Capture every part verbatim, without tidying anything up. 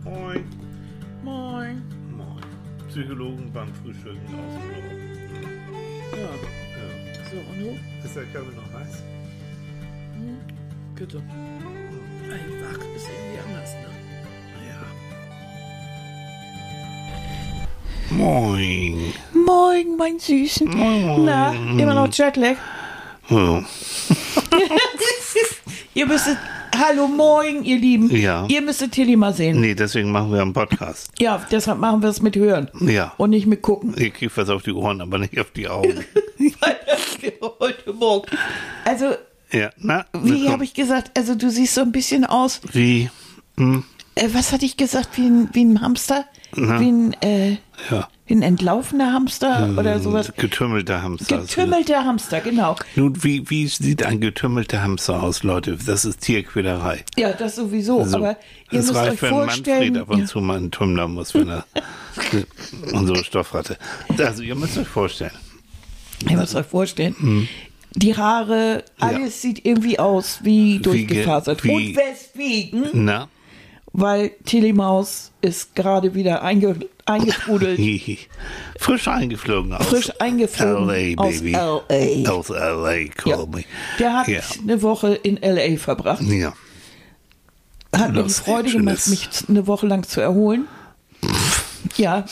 Moin. Moin. Moin. Psychologen beim Frühstücken aus dem Büro. Ja. Ja. So, und du? Ist der Körper noch heiß? Hm? Bitte. Hm. Einfach ist irgendwie anders, ne? Ja. Moin. Moin, mein Süßen. Moin. Na, immer noch Jetlag? Ja. Ihr müsstet, hallo, moin, ihr Lieben. Ja. Ihr müsstet Tilly mal sehen. Nee, deswegen machen wir einen Podcast. Ja, deshalb machen wir es mit Hören. Ja. Und nicht mit Gucken. Ich krieg was auf die Ohren, aber nicht auf die Augen. Heute Morgen. Also, Ja, na? wie habe ich gesagt, also du siehst so ein bisschen aus, Wie? Hm? äh, was hatte ich gesagt, wie ein, wie ein Hamster? Na? Wie ein, äh, Ja. wie ein entlaufener Hamster oder sowas. Getümmelter Hamster. Getümmelter Hamster, genau. Nun, wie, wie sieht ein getümmelter Hamster aus, Leute? Das ist Tierquälerei. Ja, das sowieso. So. Aber ihr Es müsst reicht, euch wenn vorstellen. Manfred ab und ja. zu mal einen Tümmler muss, wenn er unsere Stoffratte. Also, ihr müsst euch vorstellen. Ihr müsst euch vorstellen. Die Haare, alles sieht irgendwie aus wie durchgefasert. wie- Und weswegen? Na? Weil Tilly Maus ist gerade wieder einge, eingetrudelt. Frisch eingeflogen aus Frisch eingeflogen L A, aus Baby. L A. Aus L A, call Ja. me. Der hat Ja. eine Woche in L A verbracht. Ja. Hat mir die Los Freude Angeles. gemacht, mich eine Woche lang zu erholen. Ja.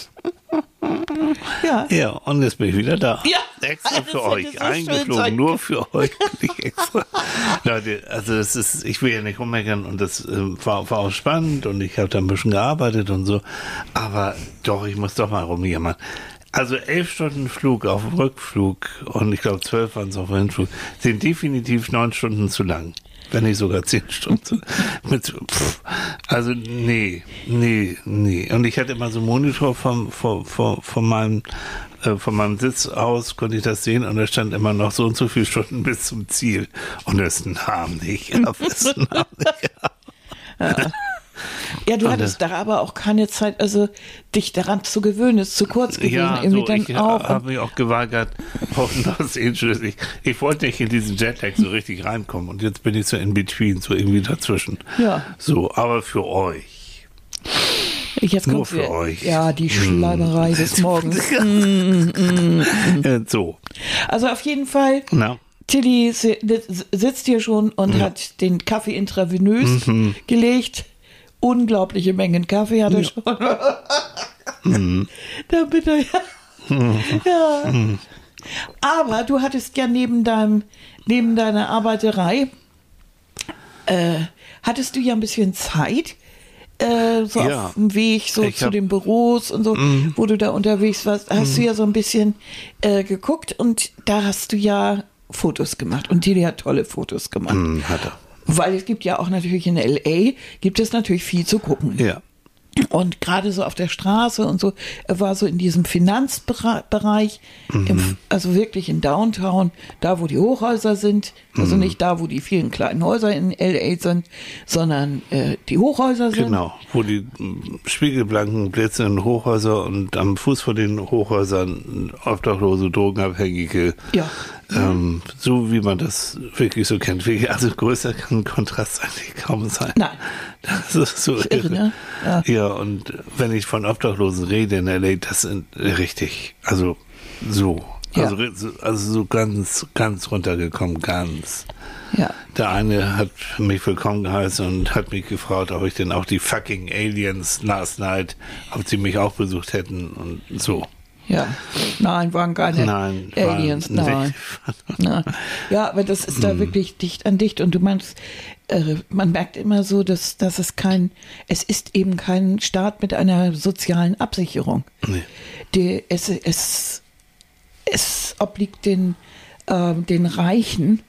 Ja. Ja, und jetzt bin ich wieder da. Ja. Extra Das für hätte euch. so schön Eingeflogen, sein nur für euch. Nicht extra. Leute, also das ist, ich will ja nicht rummeckern und das äh, war, war auch spannend und ich habe da ein bisschen gearbeitet und so. Aber doch, ich muss doch mal rumjammern. Also elf Stunden Flug auf dem Rückflug und ich glaube zwölf waren es auf dem Hinflug, sind definitiv neun Stunden zu lang. Wenn nicht sogar zehn Stunden. Mit, pff, also nee, nee, nee. Und ich hatte immer so einen Monitor vom, vom, vom, von, meinem, äh, von meinem Sitz aus, konnte ich das sehen und da stand immer noch so und so viele Stunden bis zum Ziel. Und es nahm nicht ab, es nahm nicht ab. Ja. Ja, du Und hattest da aber auch keine Zeit, also dich daran zu gewöhnen, ist zu kurz gewesen. Ja, irgendwie so, dann ich auch. habe mich auch geweigert, auf Los Angeles. Ich, ich wollte nicht in diesen Jetlag so richtig reinkommen und jetzt bin ich so in between, so irgendwie dazwischen. Ja. So, aber für euch. Ich jetzt Nur kommt's für wieder. euch. Ja, die Schleimerei des Morgens. Äh, so, Also auf jeden Fall, na, Tilly si- sitzt hier schon und hat den Kaffee intravenös Mhm. gelegt. Unglaubliche Mengen Kaffee hat er schon. Mhm. Damit er, ja. Aber du hattest ja neben deinem, neben deiner Arbeiterei, äh, hattest du ja ein bisschen Zeit, äh, so Ja. auf dem Weg so Ich zu hab- den Büros und so, wo du da unterwegs warst, hast du ja so ein bisschen äh, geguckt und da hast du ja Fotos gemacht und Tilly hat tolle Fotos gemacht. hm, hat er. Weil es gibt ja auch natürlich in L A, gibt es natürlich viel zu gucken. Ja. Und gerade so auf der Straße und so, er war so in diesem Finanzbereich, Mhm. im, also wirklich in Downtown, da wo die Hochhäuser sind, also Mhm. nicht da, wo die vielen kleinen Häuser in L A sind, sondern äh, die Hochhäuser sind. Genau, wo die mm, spiegelblanken blitzenden Hochhäuser und am Fuß von den Hochhäusern obdachlose, drogenabhängige, Ja. ähm, so wie man das wirklich so kennt. Wirklich, also größer kann ein Kontrast eigentlich kaum sein. Nein. Das ist so Irre, irre. ne? Ja. Ja, und wenn ich von Obdachlosen rede in L A, das sind richtig, also so. Ja. Also, ri- so- also so ganz, ganz runtergekommen, ganz. Ja. Der eine hat mich willkommen geheißen und hat mich gefragt, ob ich denn auch die fucking Aliens last night, ob sie mich auch besucht hätten und so. Ja, nein, waren keine Nein, waren Aliens, nicht. nein. nein. Ja, aber das ist da wirklich dicht an dicht und du meinst, äh, man merkt immer so, dass, dass es kein, es ist eben kein Staat mit einer sozialen Absicherung. Nee. Die, es, es, es obliegt den, äh, den Reichen,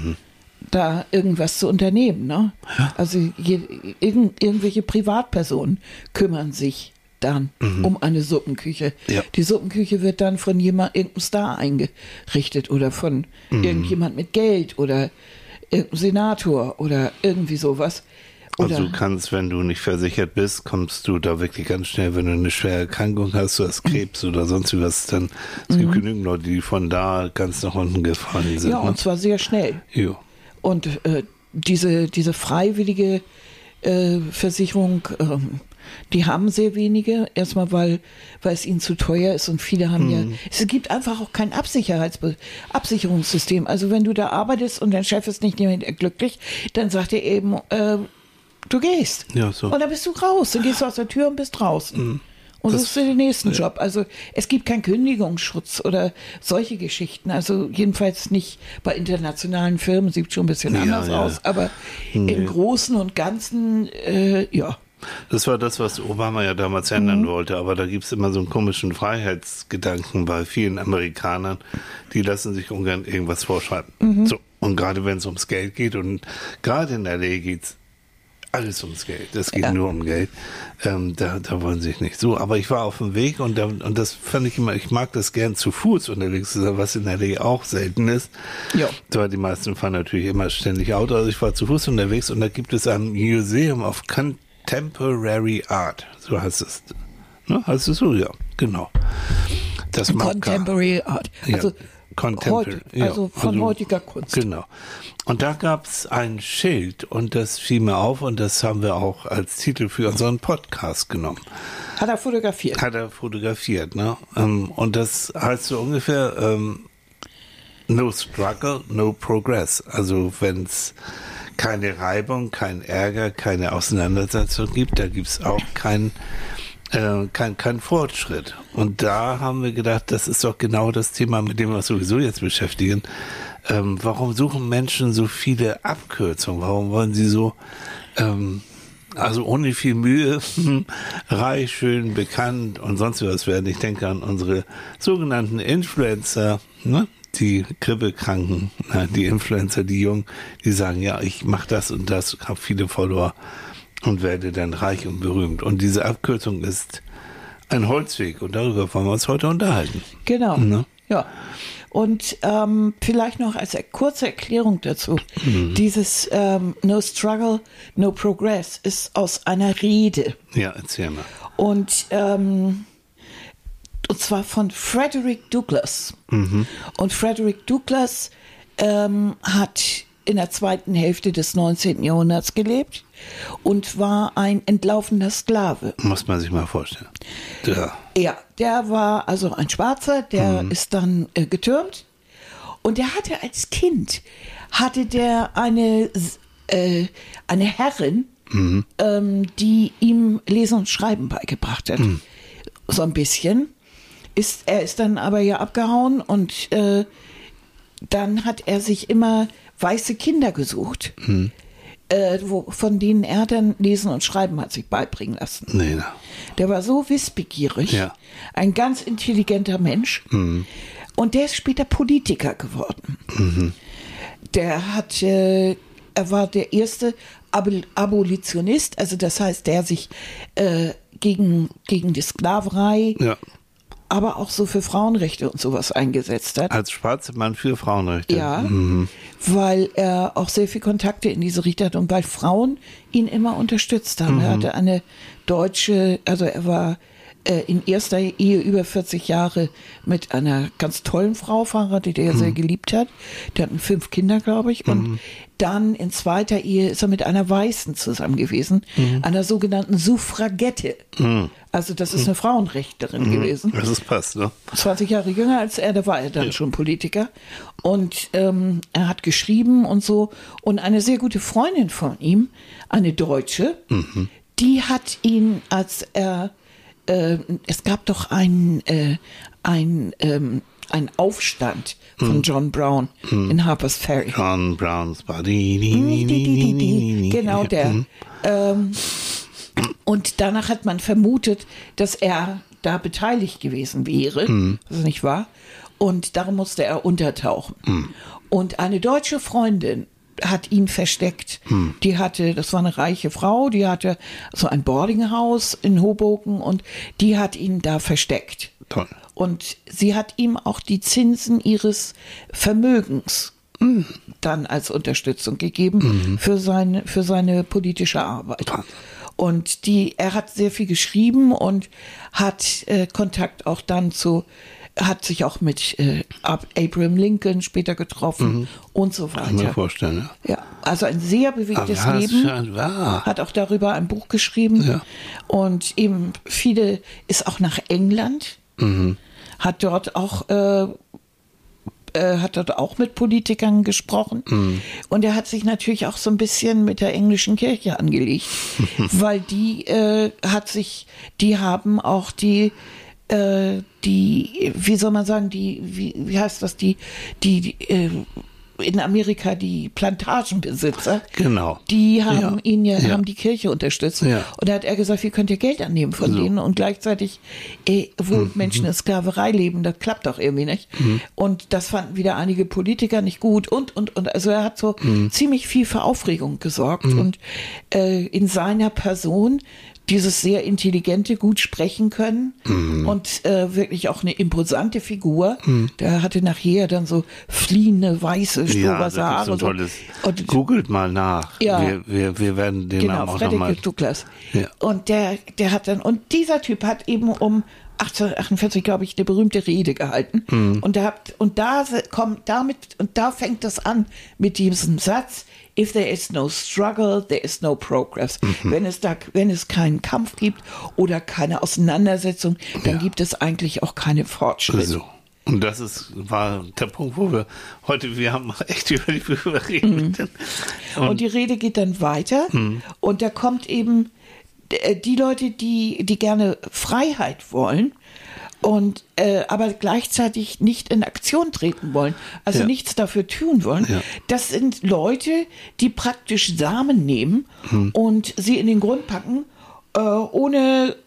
da irgendwas zu unternehmen. Ne? Ja. Also je, irgend, irgendwelche Privatpersonen kümmern sich dann um eine Suppenküche. Ja. Die Suppenküche wird dann von jemand, irgendeinem Star eingerichtet oder von irgendjemand mit Geld oder irgendeinem Senator oder irgendwie sowas. Oder, Also du kannst, wenn du nicht versichert bist, kommst du da wirklich ganz schnell, wenn du eine schwere Erkrankung hast, du hast Krebs oder sonst was, dann es gibt genügend Leute, die von da ganz nach unten gefallen sind. ja, ne? und zwar sehr schnell. Jo. Und äh, diese, diese freiwillige äh, Versicherung, ähm, Die haben sehr wenige, erstmal weil, weil es ihnen zu teuer ist und viele haben mhm. ja, es gibt einfach auch kein Absicherheits- Absicherungssystem. Also wenn du da arbeitest und dein Chef ist nicht mehr glücklich, dann sagt er eben, äh, du gehst. Ja, so. Und dann bist du raus, dann gehst du aus der Tür und bist draußen. Mhm. Und Das- suchst du den nächsten ja. Job. Also es gibt keinen Kündigungsschutz oder solche Geschichten. Also jedenfalls nicht bei internationalen Firmen, sieht schon ein bisschen Ja, anders ja. aus. Aber Nee. im Großen und Ganzen, äh, ja. Das war das, was Obama ja damals ändern Mhm. wollte, aber da gibt es immer so einen komischen Freiheitsgedanken bei vielen Amerikanern, die lassen sich ungern irgendwas vorschreiben. Mhm. So, und gerade wenn es ums Geld geht, und gerade in L A geht es alles ums Geld, es geht Ja. nur um Geld, ähm, da, da wollen sie sich nicht. So, aber ich war auf dem Weg und, da, und das fand ich immer, ich mag das gern zu Fuß unterwegs zu sein, was in L A auch selten ist. Ja. So, die meisten fahren natürlich immer ständig Auto, also ich war zu Fuß unterwegs und da gibt es ein Museum of Contemporary Art, so heißt es. Ne? Heißt es so? Ja, genau. Das mag- Contemporary Art. Ja, Also, Contemporary, heute, also ja, von also- heutiger Kunst. Genau. Und da gab es ein Schild und das fiel mir auf und das haben wir auch als Titel für unseren Podcast genommen. Hat er fotografiert. Hat er fotografiert, ne? Ähm, Und das heißt so ungefähr ähm, No struggle, no progress. Also wenn es keine Reibung, kein Ärger, keine Auseinandersetzung gibt, da gibt es auch kein, äh, kein, kein Fortschritt. Und da haben wir gedacht, das ist doch genau das Thema, mit dem wir uns sowieso jetzt beschäftigen. Ähm, warum suchen Menschen so viele Abkürzungen? Warum wollen sie so, ähm, also ohne viel Mühe, reich, schön, bekannt und sonst was werden? Ich denke an unsere sogenannten Influencer, ne? Die Grippekranken, na, die Influencer, die Jungen, die sagen, ja, ich mache das und das, habe viele Follower und werde dann reich und berühmt. Und diese Abkürzung ist ein Holzweg und darüber wollen wir uns heute unterhalten. Genau. Ne? Ja. Und ähm, vielleicht noch als er- kurze Erklärung dazu. Mhm. Dieses ähm, No Struggle, No Progress ist aus einer Rede. Ja, erzähl mal. Und, ähm, und zwar von Frederick Douglass. Mhm. Und Frederick Douglass ähm, hat in der zweiten Hälfte des neunzehnten Jahrhunderts gelebt und war ein entlaufener Sklave. Muss man sich mal vorstellen. Ja. Ja, der war also ein Schwarzer, der ist dann äh, getürmt und der hatte als Kind, hatte der eine, äh, eine Herrin, ähm, die ihm Lesen und Schreiben beigebracht hat. So ein bisschen. Ist, er ist dann aber ja abgehauen und äh, dann hat er sich immer weiße Kinder gesucht, äh, wo, von denen er dann Lesen und Schreiben hat sich beibringen lassen. Nee, na. Der war so wissbegierig, Ja. ein ganz intelligenter Mensch. Und der ist später Politiker geworden. Der hat, äh, er war der erste Abol Abolitionist, also das heißt, der sich äh, gegen, gegen die Sklaverei, Ja. aber auch so für Frauenrechte und sowas eingesetzt hat. Als schwarzer Mann für Frauenrechte. Ja, weil er auch sehr viel Kontakte in diese Richtung hat und weil Frauen ihn immer unterstützt haben. Er hatte eine deutsche, also er war äh, in erster Ehe über vierzig Jahre mit einer ganz tollen Frau verheiratet, die er sehr geliebt hat. Die hatten fünf Kinder, glaube ich. Und dann in zweiter Ehe ist er mit einer Weißen zusammen gewesen, einer sogenannten Suffragette. Also das ist eine Frauenrechtlerin gewesen. Das ist passt, ne? zwanzig Jahre jünger als er, da war er dann schon Politiker. Und ähm, er hat geschrieben und so. Und eine sehr gute Freundin von ihm, eine Deutsche, die hat ihn, als er, äh, es gab doch einen äh, ein, ähm, ein Aufstand von John Brown in Harper's Ferry. John Browns Body. Genau der. Ähm, und danach hat man vermutet, dass er da beteiligt gewesen wäre, was nicht wahr? Und darum musste er untertauchen. Und eine deutsche Freundin hat ihn versteckt. Die hatte, das war eine reiche Frau, die hatte so ein Boardinghaus in Hoboken und die hat ihn da versteckt. Toll. Und sie hat ihm auch die Zinsen ihres Vermögens dann als Unterstützung gegeben für seine, für seine politische Arbeit. Und die, er hat sehr viel geschrieben und hat äh, Kontakt auch dann zu hat sich auch mit äh, Abraham Lincoln später getroffen mhm. und so weiter. Kann ich mir vorstellen, ja. Ja, also ein sehr bewegtes Aber Leben. Schon wahr. Hat auch darüber ein Buch geschrieben. Ja. Und eben viele, ist auch nach England, Mhm. hat dort auch äh, äh, hat dort auch mit Politikern gesprochen. Mhm. Und er hat sich natürlich auch so ein bisschen mit der englischen Kirche angelegt, weil die äh, hat sich, die haben auch die äh, die, wie soll man sagen, die, wie, wie heißt das, die, die, die äh, in Amerika die Plantagenbesitzer, genau. die haben ja. ihn ja, ja, haben die Kirche unterstützt. Ja. Und da hat er gesagt, wie könnt ihr Geld annehmen von so. denen und gleichzeitig, eh, wo mhm. Menschen in Sklaverei leben, das klappt doch irgendwie nicht. Mhm. Und das fanden wieder einige Politiker nicht gut und, und, und. Also er hat so mhm. ziemlich viel für Aufregung gesorgt mhm. und äh, in seiner Person dieses sehr intelligente, gut sprechen können mm. und äh, wirklich auch eine imposante Figur. Mm. Der hatte nachher dann so fliehende, weiße, stoberse ja, Haare. So tolles, und, googelt mal nach. Ja, wir, wir, wir werden den genau, Namen auch Frederick nochmal... Douglass. Ja. Und der, der hat dann, und dieser Typ hat eben um achtzehnhundertachtundvierzig, glaube ich, eine berühmte Rede gehalten. Mm. Und da, und da kommt damit, und da fängt das an mit diesem Satz: If there is no struggle, there is no progress. Mhm. Wenn es da, wenn es keinen Kampf gibt oder keine Auseinandersetzung, dann ja. gibt es eigentlich auch keine Fortschritte. So. Und das ist, war der Punkt, wo wir heute, wir haben echt über die Bücher reden. Mhm. Und, und die Rede geht dann weiter mhm. und da kommt eben die Leute, die, die gerne Freiheit wollen, und äh, aber gleichzeitig nicht in Aktion treten wollen, also ja. nichts dafür tun wollen. Ja. Das sind Leute, die praktisch Samen nehmen hm. und sie in den Grund packen, äh, ohne,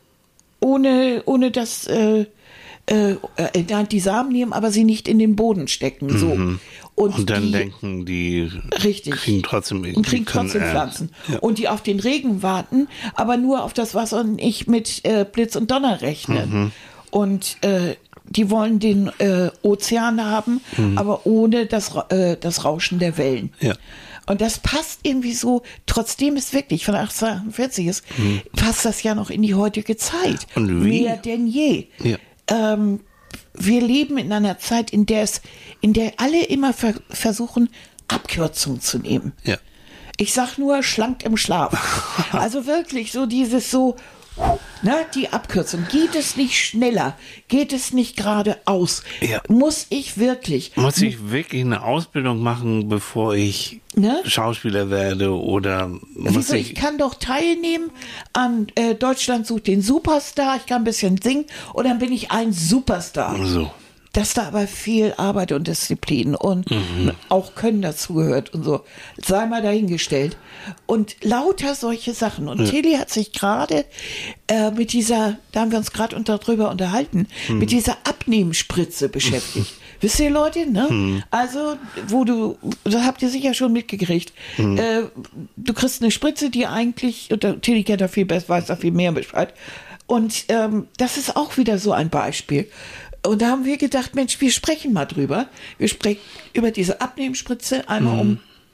ohne, ohne das, äh, äh, die Samen nehmen, aber sie nicht in den Boden stecken. Mhm. So. Und, und dann die, denken, die richtig, kriegen trotzdem, und kriegen trotzdem können, Pflanzen. Äh, ja. Und die auf den Regen warten, aber nur auf das Wasser und nicht mit äh, Blitz und Donner rechnen. Mhm. Und äh, die wollen den äh, Ozean haben, mhm. aber ohne das, äh, das Rauschen der Wellen. Ja. Und das passt irgendwie so, trotzdem es wirklich von achtzehnhundertachtundvierzig ist, mhm. passt das ja noch in die heutige Zeit. Und wie? Mehr denn je. Ja. Ähm, wir leben in einer Zeit, in der es, in der alle immer ver- versuchen, Abkürzungen zu nehmen. Ja. Ich sag nur schlank im Schlaf. Also wirklich so dieses so, ne, die Abkürzung. Geht es nicht schneller? Geht es nicht geradeaus? Ja. Muss ich wirklich? Muss ich wirklich eine Ausbildung machen, bevor ich ne? Schauspieler werde? Oder muss Wieso, ich, ich kann doch teilnehmen an äh, Deutschland sucht den Superstar. Ich kann ein bisschen singen und dann bin ich ein Superstar. So. Dass da aber viel Arbeit und Disziplin und mhm. auch Können dazugehört und so. Sei mal dahingestellt. Und lauter solche Sachen. Und ja. Tilly hat sich gerade äh, mit dieser, da haben wir uns gerade unter, drüber unterhalten, mhm. mit dieser Abnehmspritze beschäftigt. Wisst ihr, Leute, ne? Mhm. Also, wo du, das habt ihr sicher schon mitgekriegt, mhm. äh, du kriegst eine Spritze, die eigentlich, und der Tilly kennt da viel besser, weiß da viel mehr Bescheid. Und ähm, das ist auch wieder so ein Beispiel. Und da haben wir gedacht, Mensch, wir sprechen mal drüber. Wir sprechen über diese Abnehmspritze, einmal mhm.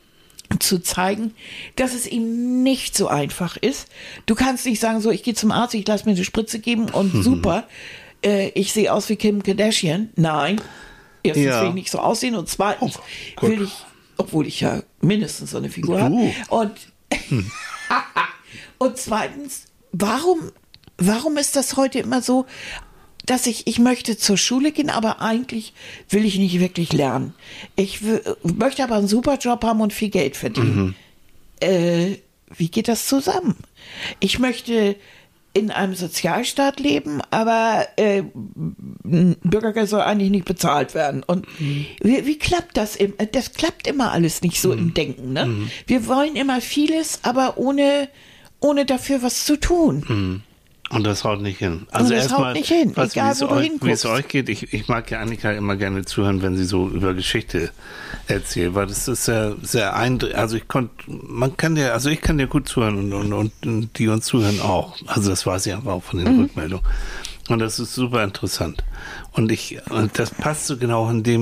um zu zeigen, dass es ihm nicht so einfach ist. Du kannst nicht sagen, so, ich gehe zum Arzt, ich lasse mir eine Spritze geben und mhm. super, äh, ich sehe aus wie Kim Kardashian. Nein, erstens ja. will ich nicht so aussehen und zweitens oh, will ich, obwohl ich ja mindestens so eine Figur uh. habe. Und, hm. und zweitens, warum, warum ist das heute immer so, dass ich, ich möchte zur Schule gehen, aber eigentlich will ich nicht wirklich lernen. Ich w- möchte aber einen super Job haben und viel Geld verdienen. Mhm. Äh, wie geht das zusammen? Ich möchte in einem Sozialstaat leben, aber äh, ein Bürgergeld soll eigentlich nicht bezahlt werden. Und mhm. wie, wie klappt das? Im, das klappt immer alles nicht so mhm. im Denken. Ne? Mhm. Wir wollen immer vieles, aber ohne, ohne dafür was zu tun. Mhm. Und das haut nicht hin. Also erstmal, was, egal, wie, es wo euch, du wie es euch geht, ich, ich mag ja Annika immer gerne zuhören, wenn sie so über Geschichte erzählt, weil das ist sehr, sehr eindrücklich. Also ich konnte, man kann ja, also ich kann dir gut zuhören und, und, und die uns zuhören auch. Also das weiß ich einfach auch von den mhm. Rückmeldungen. Und das ist super interessant. Und ich, und das passt so genau in dem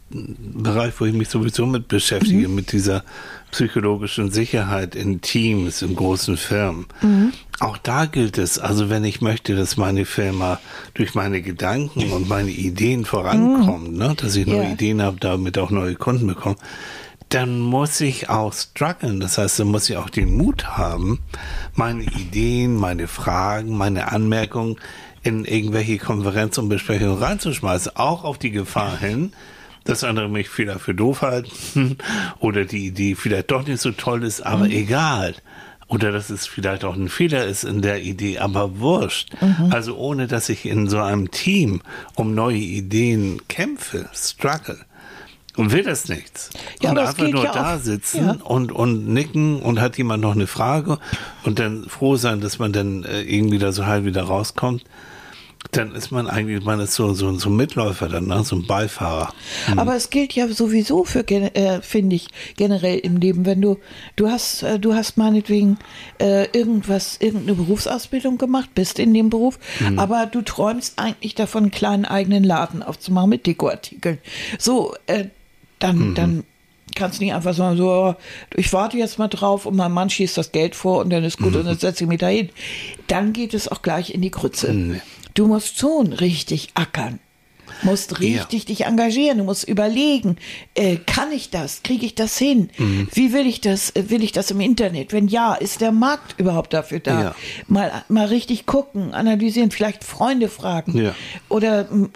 Bereich, wo ich mich sowieso mit beschäftige, mhm. mit dieser psychologischen Sicherheit in Teams, in großen Firmen. Mhm. Auch da gilt es, also wenn ich möchte, dass meine Firma durch meine Gedanken und meine Ideen vorankommt, mhm. ne, dass ich neue yeah. Ideen habe, damit auch neue Kunden bekomme, dann muss ich auch strugglen. Das heißt, dann muss ich auch den Mut haben, meine Ideen, meine Fragen, meine Anmerkungen in irgendwelche Konferenzen und Besprechungen reinzuschmeißen, auch auf die Gefahr hin, dass andere mich vielleicht für doof halten oder die Idee vielleicht doch nicht so toll ist, aber mhm. egal. Oder dass es vielleicht auch ein Fehler ist in der Idee, aber wurscht. Mhm. Also ohne, dass ich in so einem Team um neue Ideen kämpfe, struggle. Und will das nichts. Ja, und aber einfach nur ja da auch, sitzen ja. und, und nicken und hat jemand noch eine Frage und dann froh sein, dass man dann äh, irgendwie da so halb wieder rauskommt. Dann ist man eigentlich, man ist so, so, so ein Mitläufer dann, ne? So ein Beifahrer. Hm. Aber es gilt ja sowieso für, äh, finde ich, generell im Leben, wenn du, du hast, äh, du hast meinetwegen äh, irgendwas, irgendeine Berufsausbildung gemacht, bist in dem Beruf, hm. aber du träumst eigentlich davon, einen kleinen eigenen Laden aufzumachen mit Dekoartikeln. So, äh, dann, mhm. dann kannst du nicht einfach sagen, so, ich warte jetzt mal drauf und mein Mann schießt das Geld vor und dann ist gut mhm. und dann setze ich mich da hin. Dann geht es auch gleich in die Grütze. Mhm. Du musst schon richtig ackern. Musst richtig ja. dich engagieren, du musst überlegen, äh, kann ich das, kriege ich das hin, mhm. wie will ich das, will ich das im Internet, wenn ja, ist der Markt überhaupt dafür da, ja. mal, mal richtig gucken, analysieren, vielleicht Freunde fragen ja. oder m-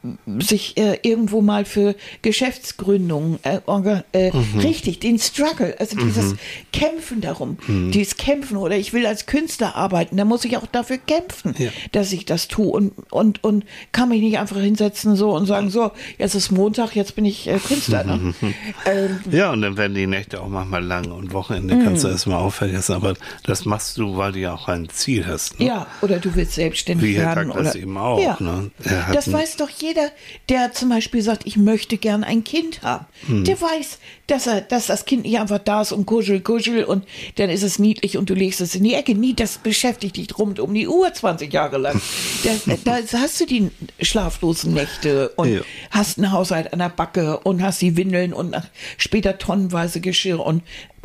sich äh, irgendwo mal für Geschäftsgründungen äh, äh, mhm. richtig, den Struggle, also mhm. dieses Kämpfen darum, mhm. dieses Kämpfen oder ich will als Künstler arbeiten, da muss ich auch dafür kämpfen, ja. dass ich das tue und, und, und kann mich nicht einfach hinsetzen so und sagen, so, jetzt ist Montag, jetzt bin ich äh, Künstler. Ne? Mhm. Ähm, ja, und dann werden die Nächte auch manchmal lang und Wochenende mhm. kannst du erstmal auch vergessen, aber das machst du, weil du ja auch ein Ziel hast. Ne? Ja, oder du willst selbstständig Wie werden. Wie Herr das eben auch. Ja. Ne? Das weiß doch jeder. Jeder, der zum Beispiel sagt, ich möchte gern ein Kind haben, hm. der weiß, dass er, dass das Kind nicht einfach da ist und kuschel, kuschel und dann ist es niedlich und du legst es in die Ecke. Nie, das beschäftigt dich rund um die Uhr zwanzig Jahre lang. Da, da hast du die schlaflosen Nächte und ja. hast einen Haushalt an der Backe und hast die Windeln und nach, später tonnenweise Geschirr und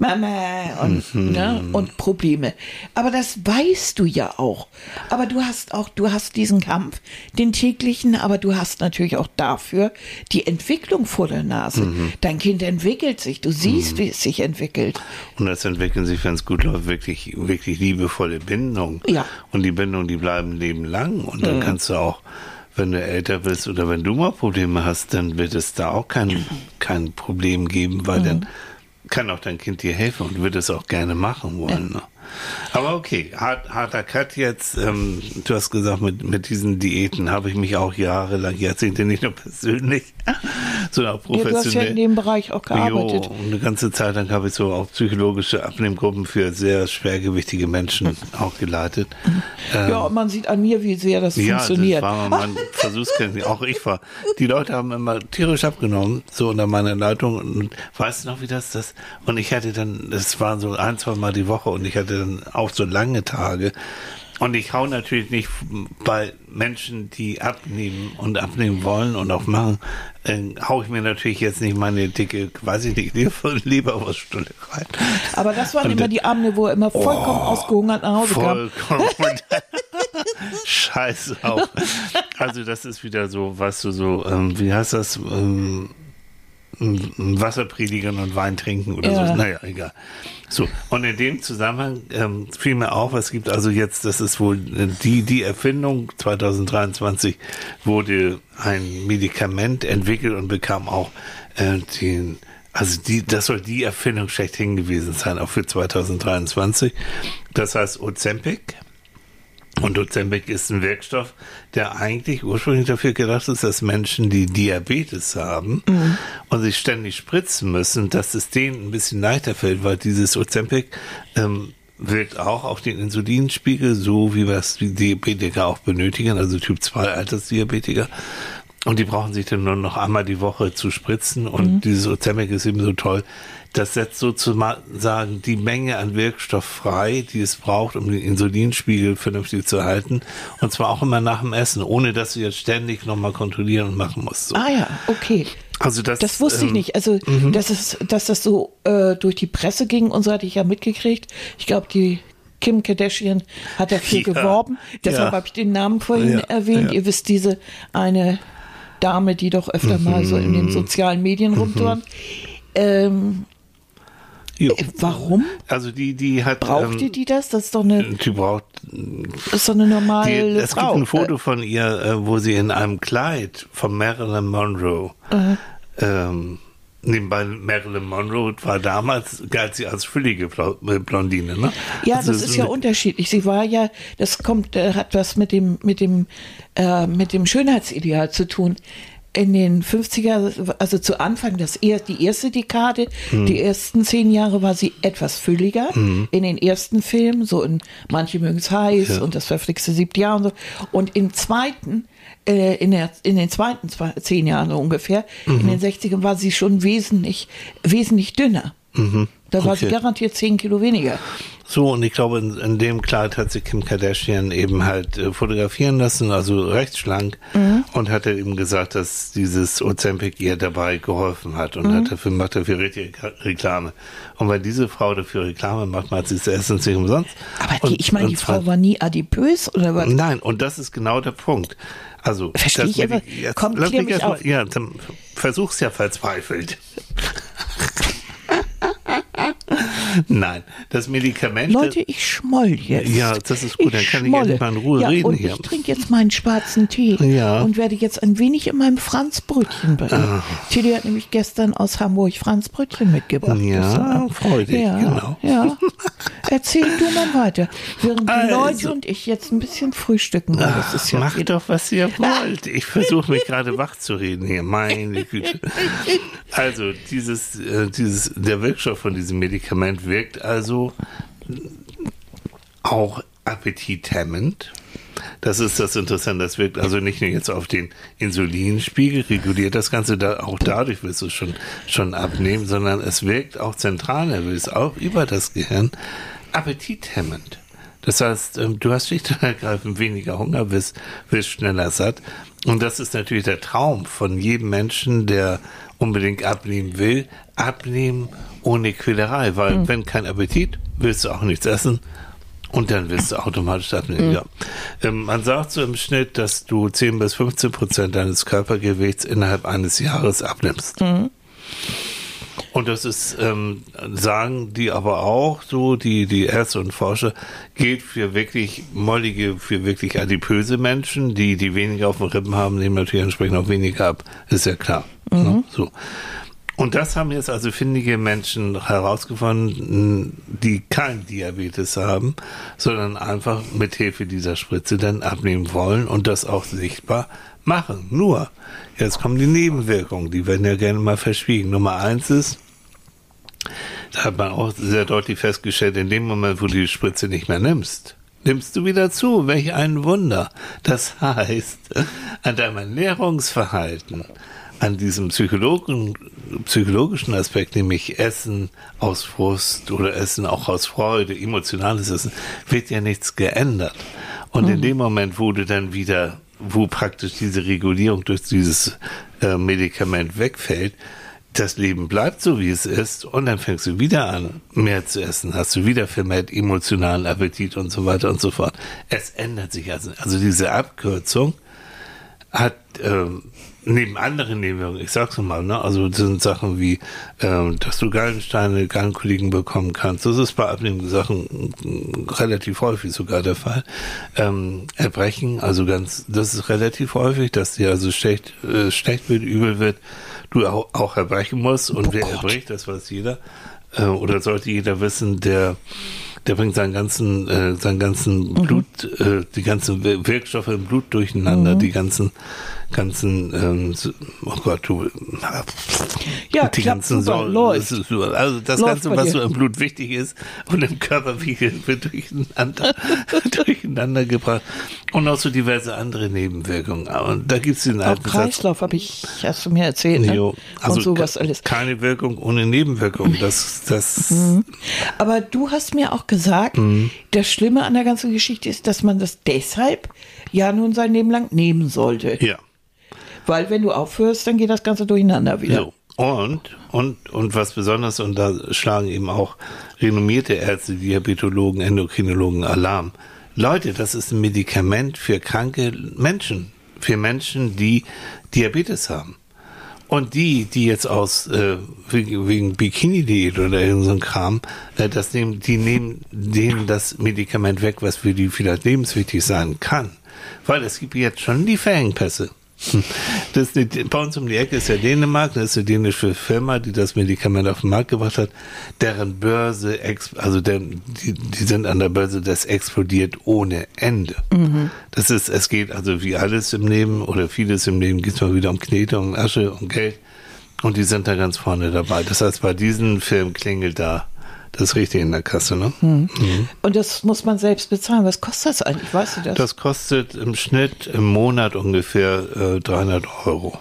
Mama und, mhm. ne, und Probleme. Aber das weißt du ja auch. Aber du hast auch, du hast diesen Kampf, den täglichen, aber du hast natürlich auch dafür die Entwicklung vor der Nase. Mhm. Dein Kind entwickelt sich, du siehst, mhm. wie es sich entwickelt. Und das entwickeln sich, wenn es gut läuft, wirklich, wirklich liebevolle Bindungen. Ja. Und die Bindungen, die bleiben ein Leben lang. Und dann mhm. kannst du auch, wenn du älter bist oder wenn du mal Probleme hast, dann wird es da auch kein, kein Problem geben, weil mhm. dann kann auch dein Kind dir helfen und wird es auch gerne machen wollen. Ja. Ne? Aber okay, hart, harter Cut jetzt. Ähm, du hast gesagt, mit, mit diesen Diäten habe ich mich auch jahrelang, Jahrzehnte nicht nur persönlich, sondern auch professionell. Ja, du hast ja in dem Bereich auch gearbeitet. Jo, und eine ganze Zeit lang habe ich so auch psychologische Abnehmgruppen für sehr schwergewichtige Menschen auch geleitet. Ja, ähm, und man sieht an mir, wie sehr das ja, funktioniert. Ja, das war mein Versuchskaninchen. Auch ich war. Die Leute haben immer tierisch abgenommen, so unter meiner Leitung. Und weißt du noch, wie das das? Und ich hatte dann, das waren so ein, zwei Mal die Woche und ich hatte dann auch so lange Tage. Und ich hau natürlich nicht bei Menschen, die abnehmen und abnehmen wollen und auch machen, äh, hau ich mir natürlich jetzt nicht meine dicke, weiß ich nicht, Leberwurststulle rein. Aber das waren und immer die Abende, wo er immer vollkommen oh, ausgehungert nach Hause kam. Vollkommen. Scheiß auf. Also das ist wieder so, weißt du, so, ähm, wie heißt das, ähm, Wasser predigen und Wein trinken oder ja. so. Naja, egal. So, und in dem Zusammenhang ähm, fiel mir auf, es gibt also jetzt, das ist wohl die, die Erfindung, zwanzig dreiundzwanzig wurde ein Medikament entwickelt und bekam auch äh, den, also die, das soll die Erfindung schlechthin gewesen sein, auch für zwanzig dreiundzwanzig. Das heißt Ozempic. Und Ozempic ist ein Wirkstoff, der eigentlich ursprünglich dafür gedacht ist, dass Menschen, die Diabetes haben mhm. und sich ständig spritzen müssen, dass es denen ein bisschen leichter fällt, weil dieses Ozempic ähm, wirkt auch auf den Insulinspiegel, so wie wir es die Diabetiker auch benötigen, also Typ zwei Altersdiabetiker. Und die brauchen sich dann nur noch einmal die Woche zu spritzen. Und mhm. dieses Ozempic ist eben so toll. Das setzt sozusagen die Menge an Wirkstoff frei, die es braucht, um den Insulinspiegel vernünftig zu halten. Und zwar auch immer nach dem Essen, ohne dass du jetzt ständig nochmal kontrollieren und machen musst. So. Ah ja, okay. Also das, das wusste ähm, ich nicht. Also, mhm. dass, es, dass das so äh, durch die Presse ging und so hatte ich ja mitgekriegt. Ich glaube, die Kim Kardashian hat dafür Ja, geworben. Deshalb ja. habe ich den Namen vorhin Ja, erwähnt. ja. Ihr wisst, diese eine Dame, die doch öfter Mhm. mal so in den sozialen Medien rumturnt. Ähm, Jo. äh, warum? Also die, die hat... Brauchte ähm, die das? Das ist doch eine, Die braucht... das ist doch eine normale Die, es Frau. gibt ein Foto von ihr, äh, wo sie in einem Kleid von Marilyn Monroe... Äh, Ähm, nebenbei Marilyn Monroe war damals, galt sie als füllige Blo- Blondine, ne? Ja, Also das so ist ja eine- unterschiedlich. Sie war ja, das kommt, äh, hat was mit dem, mit dem, äh, mit dem Schönheitsideal zu tun. In den fünfziger, also zu Anfang, das eher, die erste Dekade, Hm. die ersten zehn Jahre war sie etwas fülliger. In den ersten Filmen, so in Manche mögen es heiß Ja. und das verflixte siebte Jahr und so. Und im zweiten, äh, in, der, in den zweiten zwei, zehn Jahren so ungefähr, Mhm. in den sechzigern war sie schon wesentlich, wesentlich dünner. Mhm. Da war sie Okay. garantiert zehn Kilo weniger. So, und ich glaube, in, in dem Kleid hat sich Kim Kardashian eben halt äh, fotografieren lassen, also recht schlank, Mhm. und hat eben gesagt, dass dieses Ozempic ihr dabei geholfen hat und Mhm. hat dafür, macht dafür richtig Reklame. Und wenn diese Frau dafür Reklame macht, macht sie es erstens nicht umsonst. Aber und, die, ich meine, und die Frau zweit- war nie adipös oder was? Nein, und das ist genau der Punkt. Also, Versteh das ich aber- Medi- jetzt, komm, lass klär mich mich erst mal, auf. ja, dann versuch's ja verzweifelt. Nein, das Medikament. Leute, ich schmoll jetzt. Ja, das ist gut, Ich dann kann ich schmolle. endlich mal in Ruhe ja, reden und hier. Ich trinke jetzt meinen schwarzen Tee Ja. und werde jetzt ein wenig in meinem Franzbrötchen bringen. Ah. Tilly hat nämlich gestern aus Hamburg Franzbrötchen mitgebracht. Ja, Das, freudig, ja, genau. Ja. Erzähl du mal weiter. Während die Also. Leute und ich jetzt ein bisschen frühstücken, weil das ist ja Macht wieder- doch, was ihr wollt. Ich versuche mich gerade wach zu reden hier. Meine Güte. Also, dieses, äh, dieses, der Wirkstoff von diesem Medikament wirkt also auch appetithemmend. Das ist das Interessante. Das wirkt also nicht nur jetzt auf den Insulinspiegel, reguliert das Ganze, da, auch dadurch wirst du schon, schon abnehmen, sondern es wirkt auch zentralnervös, auch über das Gehirn, appetithemmend. Das heißt, ähm, du hast schlicht und ergreifend weniger Hunger, wirst, wirst schneller satt. Und das ist natürlich der Traum von jedem Menschen, der unbedingt abnehmen will. Abnehmen ohne Quälerei, weil Mhm. wenn kein Appetit, willst du auch nichts essen. Und dann wirst du automatisch abnehmen, Mhm. ja. Ähm, man sagt so im Schnitt, dass du zehn bis fünfzehn Prozent deines Körpergewichts innerhalb eines Jahres abnimmst. Mhm. Und das ist, ähm, sagen die aber auch so, die, die Ärzte und Forscher, gilt für wirklich mollige, für wirklich adipöse Menschen, die, die weniger auf den Rippen haben, nehmen natürlich entsprechend auch weniger ab. Ist ja klar. Mhm. Ne? So. Und das haben jetzt also findige Menschen herausgefunden, die kein Diabetes haben, sondern einfach mit Hilfe dieser Spritze dann abnehmen wollen und das auch sichtbar machen. Nur, jetzt kommen die Nebenwirkungen, die werden ja gerne mal verschwiegen. Nummer eins ist, da hat man auch sehr deutlich festgestellt, in dem Moment, wo du die Spritze nicht mehr nimmst, nimmst du wieder zu. Welch ein Wunder. Das heißt, an deinem Ernährungsverhalten, an diesem psychologischen, psychologischen Aspekt, nämlich Essen aus Frust oder Essen auch aus Freude, emotionales Essen, wird ja nichts geändert. Und in dem Moment, wo du dann wieder, wo praktisch diese Regulierung durch dieses äh, Medikament wegfällt, das Leben bleibt so, wie es ist, und dann fängst du wieder an, mehr zu essen, hast du wieder vermehrt emotionalen Appetit und so weiter und so fort. Es ändert sich also. Also diese Abkürzung hat ähm, neben anderen Nebenwirkungen, ich sag's nochmal, ne, also das sind Sachen wie, ähm, dass du Gallensteine, Gallenkoliken bekommen kannst. Das ist bei abnehmenden Sachen äh, relativ häufig sogar der Fall. Ähm, Erbrechen, also ganz, das ist relativ häufig, dass dir also schlecht, äh, schlecht wird, übel wird, du auch, auch erbrechen musst. Und Oh wer Gott. erbricht, das weiß jeder, äh, oder sollte jeder wissen, der der bringt seinen ganzen, äh, seinen ganzen Blut, äh, die ganzen Wir- Wirkstoffe im Blut durcheinander, die ganzen, ganzen, ähm, so- oh Gott, du, Ja, die klappt ganzen super, Säure- läuft. das ist so- also das Läuft Ganze, bei was dir. so im Blut wichtig ist und im Körper wird, wird durcheinander, durcheinander gebracht. Und auch so diverse andere Nebenwirkungen. Und da gibt's den Auch alten Satz. Kreislauf habe ich, hast du mir erzählt, ne? Jo, also und sowas ke- alles. keine Wirkung ohne Nebenwirkung. Das, das, Aber du hast mir auch gesagt, Mhm. das Schlimme an der ganzen Geschichte ist, dass man das deshalb ja nun sein Leben lang nehmen sollte. ja. Weil wenn du aufhörst, dann geht das Ganze durcheinander wieder. So. Und, und, und was besonders, und da schlagen eben auch renommierte Ärzte, Diabetologen, Endokrinologen Alarm. Leute, das ist ein Medikament für kranke Menschen, für Menschen, die Diabetes haben. Und die, die jetzt aus, äh, wegen, wegen Bikini-Diät oder irgend so ein Kram, äh, das nehmen, die nehmen denen das Medikament weg, was für die vielleicht lebenswichtig sein kann. Weil es gibt jetzt schon die Ferienpässe. Das, bei uns um die Ecke ist ja Dänemark, das ist eine dänische Firma, die das Medikament auf den Markt gebracht hat, deren Börse, also der, die, die sind an der Börse, das explodiert ohne Ende. Mhm. Das ist, es geht also wie alles im Leben oder vieles im Leben, geht es mal wieder um Knete, um Asche, um Geld und die sind da ganz vorne dabei. Das heißt, bei diesen Filmen klingelt da das ist richtig in der Kasse, ne? Hm. Mhm. Und das muss man selbst bezahlen. Was kostet das eigentlich? Weißt du das? Das kostet im Schnitt im Monat ungefähr äh, dreihundert Euro.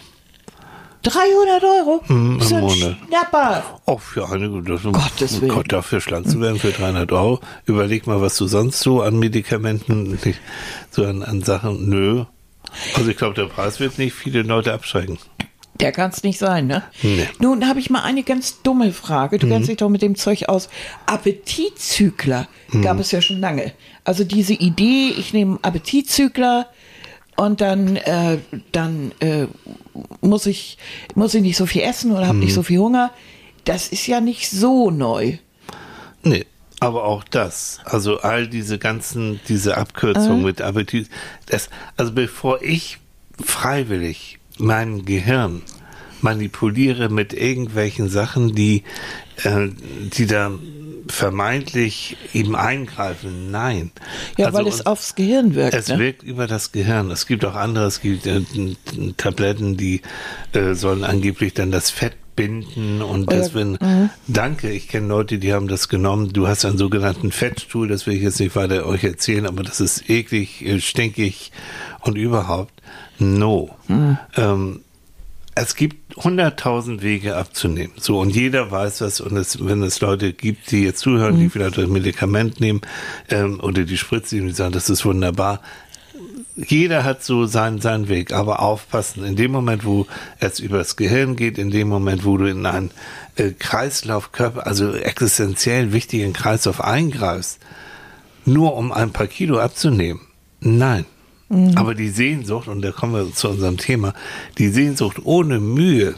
dreihundert Euro? Mhm, so im Monat. Schnapper. Auch für einige. Das, Gottes Willen. Gott, dafür schlank zu werden für dreihundert Euro. Überleg mal, was du sonst so an Medikamenten, so an, an Sachen, nö. Also ich glaube, der Preis wird nicht viele Leute abschrecken. Der kann es nicht sein, ne? Nee. Nun habe ich mal eine ganz dumme Frage. Du mhm. kennst dich doch mit dem Zeug aus. Appetitzügler mhm. gab es ja schon lange. Also diese Idee, ich nehme Appetitzügler und dann, äh, dann äh, muss ich, muss ich nicht so viel essen oder habe mhm. nicht so viel Hunger. Das ist ja nicht so neu. Nee. Aber auch das, also all diese ganzen, diese Abkürzungen mhm. mit Appetit, das, also bevor ich freiwillig mein Gehirn manipuliere mit irgendwelchen Sachen, die, äh, die da vermeintlich eben eingreifen. Nein. Ja, also, weil es aufs Gehirn wirkt. Es ne? wirkt über das Gehirn. Es gibt auch andere, es gibt äh, Tabletten, die äh, sollen angeblich dann das Fett binden und Oder, das wenn, mhm. danke, ich kenne Leute, die haben das genommen. Du hast einen sogenannten Fettstuhl, das will ich jetzt nicht weiter euch erzählen, aber das ist eklig, stinkig und überhaupt. No. Mhm. Ähm, es gibt hunderttausend Wege abzunehmen. So, und jeder weiß das. Und es, wenn es Leute gibt, die jetzt zuhören, mhm. die vielleicht das Medikament nehmen ähm, oder die Spritze, die sagen, das ist wunderbar. Jeder hat so seinen, seinen Weg, aber aufpassen. In dem Moment, wo es übers Gehirn geht, in dem Moment, wo du in einen äh, Kreislauf, Körper, also existenziell wichtigen Kreislauf eingreifst, nur um ein paar Kilo abzunehmen. Nein. Mhm. Aber die Sehnsucht, und da kommen wir zu unserem Thema, die Sehnsucht ohne Mühe,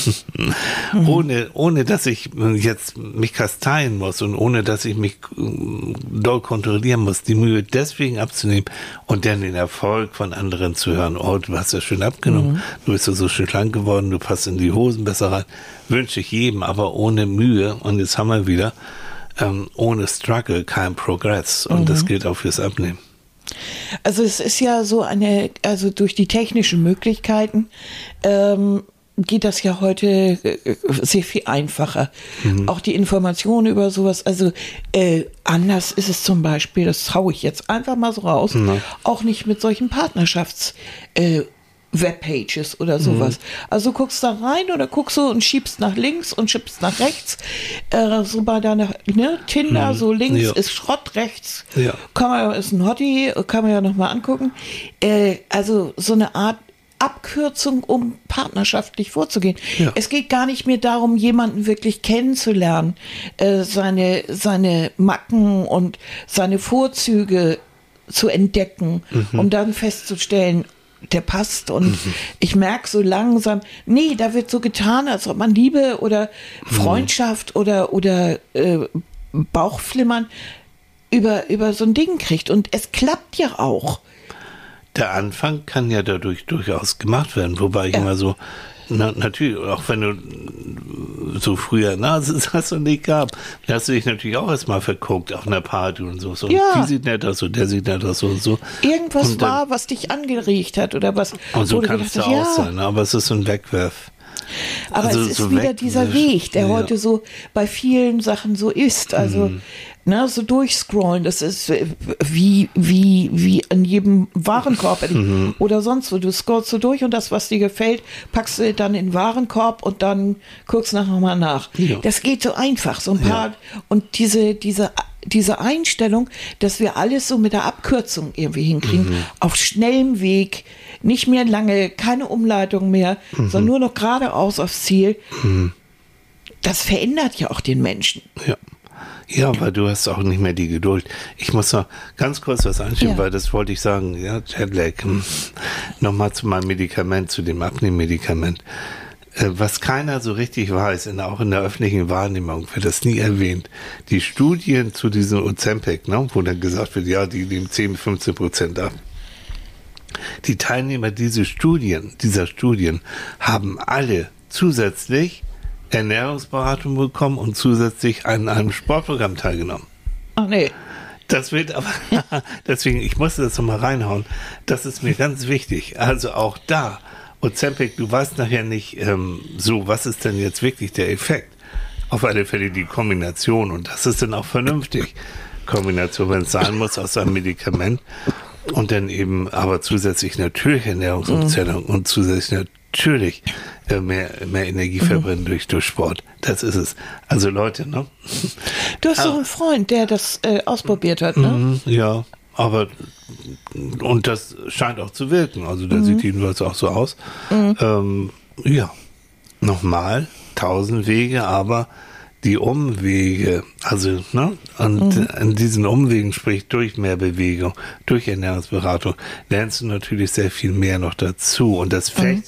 mhm. ohne, ohne dass ich jetzt mich kasteien muss und ohne dass ich mich doll kontrollieren muss, die Mühe deswegen abzunehmen und dann den Erfolg von anderen zu hören. Oh, du hast ja schön abgenommen, mhm. du bist ja so schön schlank geworden, du passt in die Hosen besser rein. Wünsche ich jedem, aber ohne Mühe. Und jetzt haben wir wieder, ähm, ohne Struggle kein Progress. Und mhm. das gilt auch fürs Abnehmen. Also es ist ja so eine, also durch die technischen Möglichkeiten ähm, geht das ja heute äh, sehr viel einfacher. Mhm. Auch die Informationen über sowas, also äh, anders ist es zum Beispiel, das haue ich jetzt einfach mal so raus, mhm. auch nicht mit solchen Partnerschafts- äh, Webpages oder sowas. Mhm. Also du guckst da rein oder guckst so und schiebst nach links und schiebst nach rechts. Äh, so bei deiner ne, Tinder, mhm. so links ja. ist Schrott, rechts ja. kann man, ist ein Hottie, kann man ja nochmal angucken. Äh, also so eine Art Abkürzung, um partnerschaftlich vorzugehen. Ja. Es geht gar nicht mehr darum, jemanden wirklich kennenzulernen, äh, seine, seine Macken und seine Vorzüge zu entdecken, mhm. um dann festzustellen, der passt und mhm. ich merke so langsam, nee, da wird so getan, als ob man Liebe oder Freundschaft mhm. oder, oder äh, Bauchflimmern über, über so ein Ding kriegt und es klappt ja auch. Der Anfang kann ja dadurch durchaus gemacht werden, wobei ich ja. immer so, na, natürlich, auch wenn du so früher, na, das hast du nicht gehabt, da hast du dich natürlich auch erstmal verguckt auf einer Party und so. so. Ja. Die sieht nett aus, so, der sieht nett aus, so und so. Irgendwas und dann, war, was dich angeregt hat oder was. Und so kann es ja auch ja. sein, aber es ist so ein Wegwerf. Aber also es ist so wieder weg, dieser Weg, der ja. heute so bei vielen Sachen so ist. Also, mhm. ne, so durchscrollen, das ist wie, wie, wie in jedem Warenkorb mhm. oder sonst wo. Du scrollst so durch und das, was dir gefällt, packst du dann in den Warenkorb und dann guckst nachher mal nach. Ja. Das geht so einfach, so ein paar. Ja. Und diese, diese diese Einstellung, dass wir alles so mit der Abkürzung irgendwie hinkriegen, mhm. auf schnellem Weg, nicht mehr lange, keine Umleitung mehr, mhm. sondern nur noch geradeaus aufs Ziel. Mhm. Das verändert ja auch den Menschen. Ja. Ja, weil du hast auch nicht mehr die Geduld. Ich muss noch ganz kurz was anschieben, ja. weil das wollte ich sagen, ja, Jetlag. Nochmal zu meinem Medikament, zu dem Abnehmmedikament. Was keiner so richtig weiß, in, auch in der öffentlichen Wahrnehmung wird das nie erwähnt. Die Studien zu diesem Ozempic, ne, wo dann gesagt wird, ja, die nehmen zehn bis fünfzehn Prozent ab. Die Teilnehmer dieser Studien, dieser Studien haben alle zusätzlich Ernährungsberatung bekommen und zusätzlich an einem Sportprogramm teilgenommen. Ach nee. Das wird aber, deswegen, ich musste das nochmal reinhauen, das ist mir ganz wichtig. Also auch da, Ozempic, du weißt nachher nicht ähm, so, was ist denn jetzt wirklich der Effekt? Auf alle Fälle die Kombination und das ist dann auch vernünftig. Kombination, wenn es sein muss, aus einem Medikament und dann eben aber zusätzlich natürlich Ernährungsumstellung mhm. und zusätzlich natürlich äh, mehr, mehr Energie verbrennen mhm. durch, durch Sport. Das ist es. Also Leute, ne? Du hast doch einen Freund, der das äh, ausprobiert hat, ne? Ja, aber und das scheint auch zu wirken. Also der mhm. sieht jedenfalls auch so aus. Mhm. Ähm, ja, nochmal, tausend Wege, aber die Umwege, also, ne, und mhm. an diesen Umwegen, sprich durch mehr Bewegung, durch Ernährungsberatung, lernst du natürlich sehr viel mehr noch dazu. Und das mhm.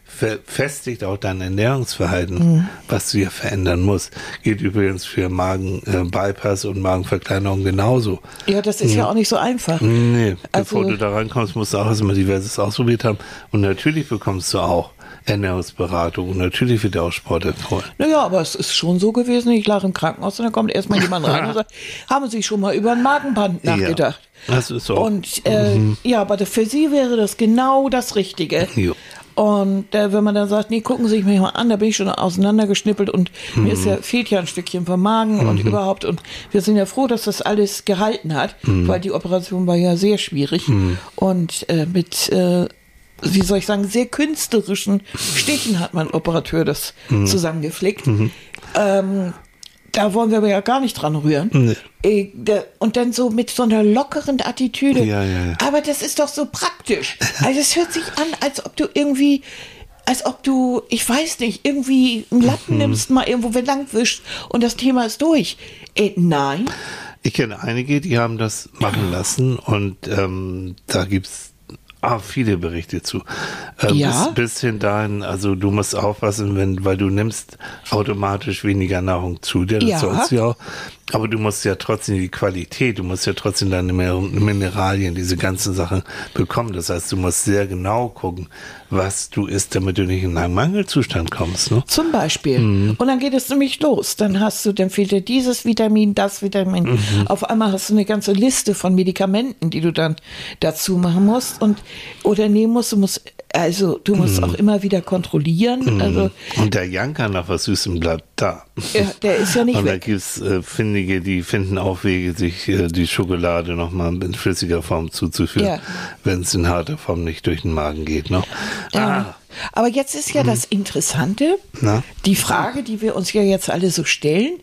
festigt auch dein Ernährungsverhalten, mhm. was du hier verändern musst. Geht übrigens für Magen-Bypass und Magenverkleinerung genauso. Ja, das ist ja, ja auch nicht so einfach. Nee, bevor also, du da reinkommst, musst du auch erstmal diverses ausprobiert haben. Und natürlich bekommst du auch Ernährungsberatung und natürlich wird auch Sport empfohlen. Naja, aber es ist schon so gewesen, ich lag im Krankenhaus und dann kommt erstmal jemand rein und sagt, haben Sie schon mal über ein Magenband nachgedacht? Ja, das ist so. Und äh, mhm. ja, aber für Sie wäre das genau das Richtige. Jo. Und äh, wenn man dann sagt, nee, gucken Sie sich mich mal an, da bin ich schon auseinandergeschnippelt und mhm. mir ist ja, fehlt ja ein Stückchen vom Magen mhm. und überhaupt. Und wir sind ja froh, dass das alles gehalten hat, mhm. weil die Operation war ja sehr schwierig. Mhm. Und äh, mit äh, wie soll ich sagen, sehr künstlerischen Stichen hat mein Operateur das mhm. zusammengeflickt. Mhm. Ähm, da wollen wir aber ja gar nicht dran rühren. Nee. Äh, der, und dann so mit so einer lockeren Attitüde. Ja, ja, ja. Aber das ist doch so praktisch. Also es hört sich an, als ob du irgendwie, als ob du, ich weiß nicht, irgendwie einen Lappen mhm. nimmst, mal irgendwo lang wischst und das Thema ist durch. Äh, nein. Ich kenne einige, die haben das machen lassen und ähm, da gibt's Ah, viele Berichte zu. Äh, ja? bis, bis hin dahin, also du musst aufpassen, wenn, weil du nimmst automatisch weniger Nahrung zu dir, das ja. sollst du ja auch. Aber du musst ja trotzdem die Qualität, du musst ja trotzdem deine Mineralien, diese ganzen Sachen bekommen. Das heißt, du musst sehr genau gucken, was du isst, damit du nicht in einen Mangelzustand kommst. Ne? Zum Beispiel. Mhm. Und dann geht es nämlich los. Dann hast du, dann fehlt dir dieses Vitamin, das Vitamin. Mhm. Auf einmal hast du eine ganze Liste von Medikamenten, die du dann dazu machen musst und oder nehmen musst. Du musst Also du musst mm. auch immer wieder kontrollieren. Mm. Also, und der Janker nach was Süßem bleibt da. Ja, der ist ja nicht und weg. Und da gibt es äh, Findige, die finden auch Wege, sich äh, die Schokolade nochmal in flüssiger Form zuzuführen, ja. wenn es in harter Form nicht durch den Magen geht. Ne? Ja. Ah. Aber jetzt ist ja mm. das Interessante, Na? die Frage, die wir uns ja jetzt alle so stellen,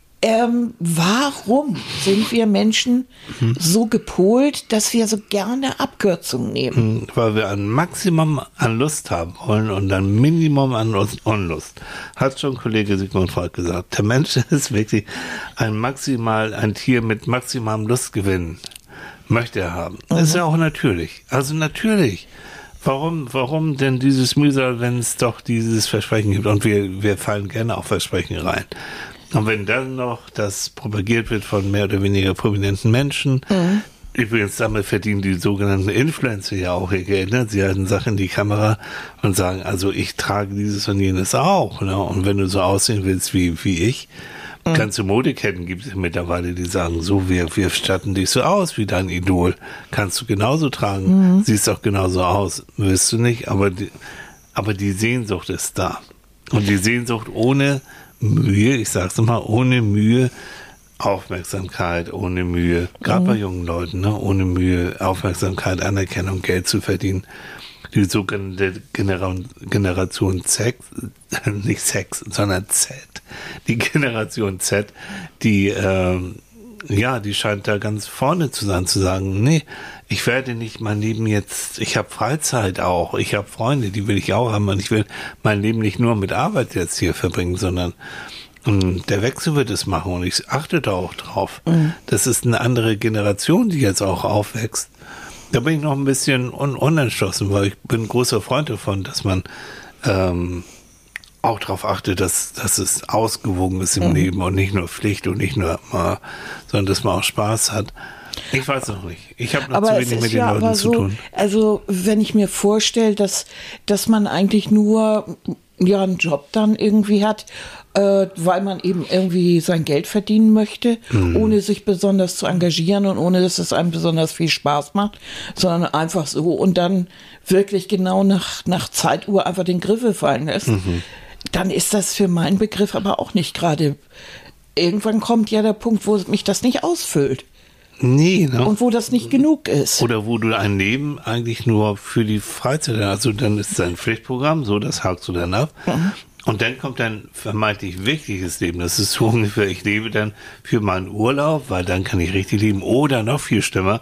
Ähm, warum sind wir Menschen hm. so gepolt, dass wir so gerne Abkürzungen nehmen? Weil wir ein Maximum an Lust haben wollen und ein Minimum an Unlust. Hat schon Kollege Sigmund Freud gesagt. Der Mensch ist wirklich ein maximal, ein Tier mit maximalem Lustgewinn. Möchte er haben. Das mhm. ist ja auch natürlich. Also natürlich. Warum, warum denn dieses Mühsal, wenn es doch dieses Versprechen gibt? Und wir, wir fallen gerne auf Versprechen rein. Und wenn dann noch das propagiert wird von mehr oder weniger prominenten Menschen, mhm. übrigens damit verdienen die sogenannten Influencer ja auch ihr Geld, ne? Sie halten Sachen in die Kamera und sagen, also ich trage dieses und jenes auch, ne? Und wenn du so aussehen willst wie, wie ich, mhm. ganze Modeketten gibt es mittlerweile, die sagen, so, wir, wir statten dich so aus wie dein Idol, kannst du genauso tragen, mhm. siehst auch genauso aus, wirst du nicht, aber die, aber die Sehnsucht ist da. Und die Sehnsucht ohne Mühe, ich sag's nochmal, ohne Mühe, Aufmerksamkeit, ohne Mühe, gerade mhm. bei jungen Leuten, ne, ohne Mühe, Aufmerksamkeit, Anerkennung, Geld zu verdienen. Die sogenannte Genera- Generation Z, nicht Sex, sondern Z, die Generation Z, die, äh, ja, die scheint da ganz vorne zu sein, zu sagen, nee, ich werde nicht mein Leben jetzt, ich habe Freizeit auch, ich habe Freunde, die will ich auch haben und ich will mein Leben nicht nur mit Arbeit jetzt hier verbringen, sondern um, der Wechsel wird es machen und ich achte da auch drauf. Mhm. Das ist eine andere Generation, die jetzt auch aufwächst. Da bin ich noch ein bisschen un- unentschlossen, weil ich bin ein großer Freund davon, dass man ähm, auch darauf achtet, dass, dass es ausgewogen ist im mhm. Leben und nicht nur Pflicht und nicht nur mal, sondern dass man auch Spaß hat. Ich weiß noch nicht. Ich habe noch aber zu wenig mit den ja Leuten zu so, tun. Also wenn ich mir vorstelle, dass, dass man eigentlich nur ja, einen Job dann irgendwie hat, äh, weil man eben irgendwie sein Geld verdienen möchte, mhm. ohne sich besonders zu engagieren und ohne, dass es einem besonders viel Spaß macht, sondern einfach so und dann wirklich genau nach, nach Zeituhr einfach den Griffel fallen lässt, mhm. dann ist das für meinen Begriff aber auch nicht gerade. Irgendwann kommt ja der Punkt, wo mich das nicht ausfüllt. Nee, ne? Und wo das nicht genug ist. Oder wo du ein Leben eigentlich nur für die Freizeit hast. Also dann ist es ein Pflichtprogramm, so, das hakst du dann ab. Mhm. Und dann kommt ein vermeintlich wirkliches Leben. Das ist so ungefähr, ich lebe dann für meinen Urlaub, weil dann kann ich richtig leben. Oder noch viel schlimmer,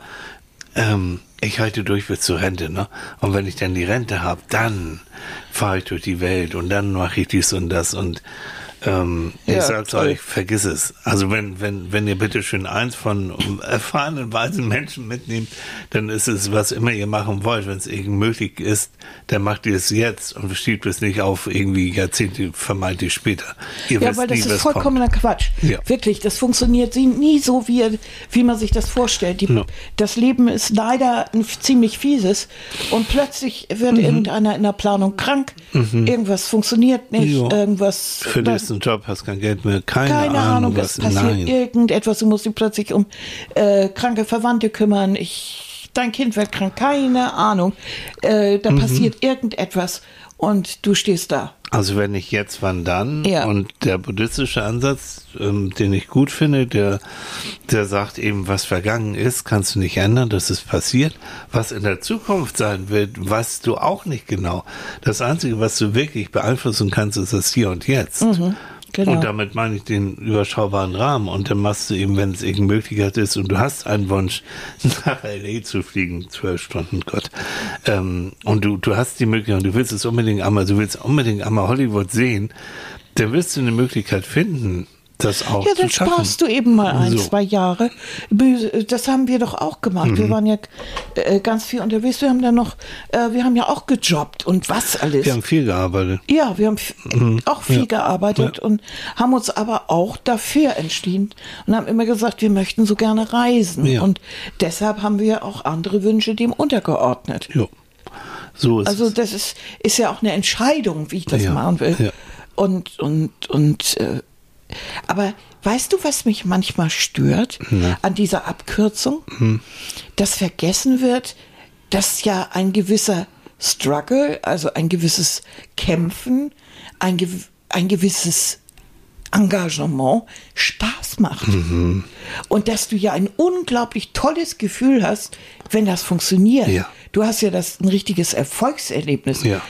ähm, ich halte durch bis zur Rente, ne? Und wenn ich dann die Rente habe, dann fahre ich durch die Welt und dann mache ich dies und das und Ähm, ja, ich sag's euch, vergiss es. Also wenn, wenn, wenn ihr bitte schön eins von erfahrenen, weisen Menschen mitnehmt, dann ist es, was immer ihr machen wollt. Wenn es irgendwie möglich ist, dann macht ihr es jetzt und schiebt es nicht auf irgendwie Jahrzehnte vermeintlich später. Ihr ja, weil das nie, ist vollkommener kommt. Quatsch. Ja. Wirklich, das funktioniert nie so, wie, wie man sich das vorstellt. Die, no. Das Leben ist leider ein ziemlich fieses und plötzlich wird mhm. irgendeiner in der Planung krank, mhm. irgendwas funktioniert nicht, jo. irgendwas... Verlierst einen Job, hast kein Geld mehr, keine, keine Ahnung, Ahnung, was, es passiert nein. irgendetwas, du musst dich plötzlich um äh, kranke Verwandte kümmern, ich, dein Kind wird krank, keine Ahnung, äh, da mhm. passiert irgendetwas und du stehst da. Also wenn nicht jetzt, wann dann? Ja. Und der buddhistische Ansatz, ähm, den ich gut finde, der, der sagt eben, was vergangen ist, kannst du nicht ändern, das ist passiert. Was in der Zukunft sein wird, weißt du auch nicht genau. Das Einzige, was du wirklich beeinflussen kannst, ist das Hier und Jetzt. Mhm. Genau. Und damit meine ich den überschaubaren Rahmen. Und dann machst du eben, wenn es irgendeine Möglichkeit ist und du hast einen Wunsch, nach L A zu fliegen, zwölf Stunden, Gott. Ähm, und du, du hast die Möglichkeit und du willst es unbedingt einmal, du willst unbedingt einmal Hollywood sehen, dann wirst du eine Möglichkeit finden, das auch ja, dann zu schaffen. sparst du eben mal ein, so. zwei Jahre. Das haben wir doch auch gemacht. Mhm. Wir waren ja äh, ganz viel unterwegs. Wir haben dann noch, äh, wir haben ja auch gejobbt und was alles. Wir haben viel gearbeitet. Ja, wir haben f- mhm. auch viel ja. gearbeitet ja. und haben uns aber auch dafür entschieden und haben immer gesagt, wir möchten so gerne reisen. Ja. Und deshalb haben wir auch andere Wünsche dem untergeordnet. Ja. So ist also es. das ist, ist ja auch eine Entscheidung, wie ich das ja. machen will. Ja. Und, und, und äh, aber weißt du, was mich manchmal stört ja. an dieser Abkürzung? Hm. Dass vergessen wird, dass ja ein gewisser Struggle, also ein gewisses Kämpfen, ein, gew- ein gewisses Engagement Spaß macht. Mhm. Und dass du ja ein unglaublich tolles Gefühl hast, wenn das funktioniert. Ja. Du hast ja das ein richtiges Erfolgserlebnis. Ja.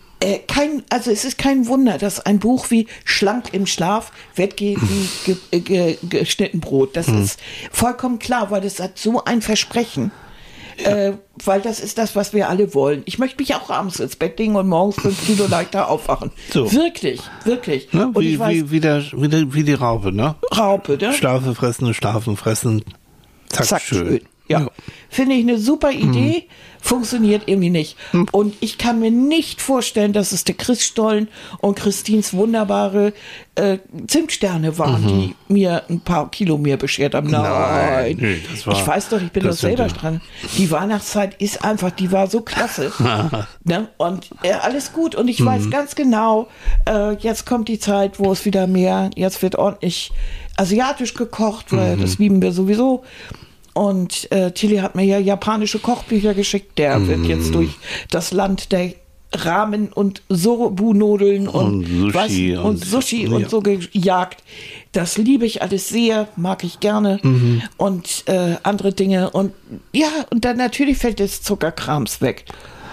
Kein, also es ist kein Wunder, dass ein Buch wie Schlank im Schlaf weggeht wie ge, ge, geschnitten Brot. Das mhm. ist vollkommen klar, weil das hat so ein Versprechen. Ja. Äh, weil das ist das, was wir alle wollen. Ich möchte mich auch abends ins Bett legen und morgens fünf Kilo leichter aufwachen. So. Wirklich, wirklich. Ne? Wie, und ich weiß, wie, wie, der, wie, der, wie die Raupe, ne? Raupe, ne? Schlafe fressen, schlafen fressen, zack, zack schön. schön. Ja, ja. Finde ich eine super Idee, mhm. funktioniert irgendwie nicht. Mhm. Und ich kann mir nicht vorstellen, dass es der Chris Stollen und Christins wunderbare äh, Zimtsterne waren, mhm. die mir ein paar Kilo mehr beschert haben. Nein, Nein nee, das war, ich weiß doch, ich bin doch selber dran. Die Weihnachtszeit ist einfach, die war so klasse. Ne? Und äh, alles gut. Und ich mhm. weiß ganz genau, äh, jetzt kommt die Zeit, wo es wieder mehr, jetzt wird ordentlich asiatisch gekocht, weil mhm. das lieben wir sowieso. Und äh, Tilly hat mir ja japanische Kochbücher geschickt. Der mm. wird jetzt durch das Land der Ramen und Sobu-Nudeln und, und Sushi, was, und, und, Sushi und, und ja. so gejagt. Das liebe ich alles sehr, mag ich gerne. Mhm. Und äh, andere Dinge. Und ja, und dann natürlich fällt des Zuckerkrams weg.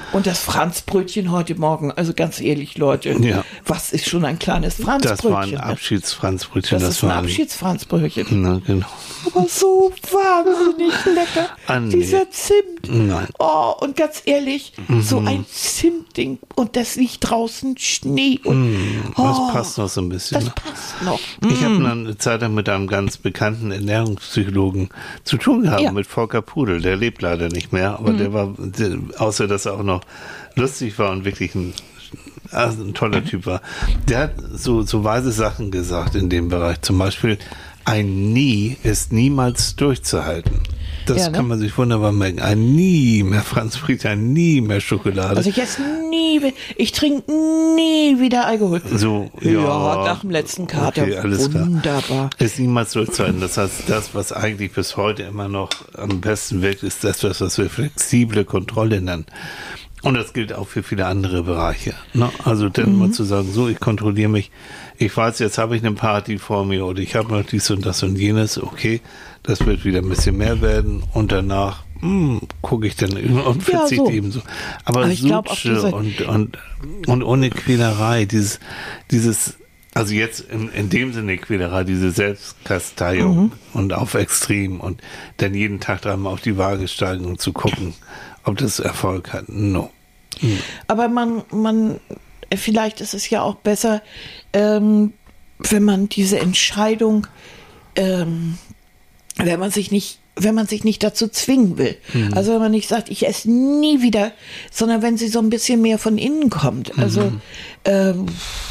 Und das Franzbrötchen heute Morgen, also ganz ehrlich, Leute, Ja. was ist schon ein kleines Franzbrötchen? Das war ein Abschiedsfranzbrötchen. Das, Das, ist ein war Abschiedsfranzbrötchen. Na, genau. Aber so wahnsinnig lecker. Ah, nee. Dieser Zimt. Nein. Oh, und ganz ehrlich, Mhm. so ein Zimtding und das liegt draußen Schnee. Und, Das oh, passt noch so ein bisschen. das ne? passt noch. Ich habe eine Zeit lang mit einem ganz bekannten Ernährungspsychologen zu tun gehabt, Ja. mit Volker Pudel. Der lebt leider nicht mehr, aber der war, der, außer dass er auch noch lustig war und wirklich ein, also ein toller Typ war. Der hat so, so weise Sachen gesagt in dem Bereich. Zum Beispiel, ein Nie ist niemals durchzuhalten. Das Ja, ne? kann man sich wunderbar merken. Ein Nie mehr Franz Friedrich, ein Nie mehr Schokolade. Also ich esse nie, wi- ich trinke nie wieder Alkohol. So, ja, Ja, nach dem letzten Kater. Okay, alles klar. Wunderbar. Ist niemals durchzuhalten. Das heißt, das, was eigentlich bis heute immer noch am besten wirkt, ist das, was wir flexible Kontrolle nennen. Und das gilt auch für viele andere Bereiche. Ne? Also dann Mhm. mal zu sagen, so, ich kontrolliere mich. Ich weiß, jetzt habe ich eine Party vor mir oder ich habe noch dies und das und jenes. Okay, das wird wieder ein bisschen mehr werden. Und danach gucke ich dann und Ja, verzichte so. eben so. Aber, Aber ich glaub, auch Sutsche diese- und, und, und ohne Quälerei, dieses, dieses, also jetzt in, in dem Sinne Quälerei, diese Selbstkasteiung Mhm. und auf Extrem und dann jeden Tag dreimal auf die Waage steigen und zu gucken, ob das Erfolg hat. No. Aber man, man, vielleicht ist es ja auch besser, ähm, wenn man diese Entscheidung, ähm, wenn man sich nicht, wenn man sich nicht dazu zwingen will. Also wenn man nicht sagt, ich esse nie wieder, sondern wenn sie so ein bisschen mehr von innen kommt. Also ähm,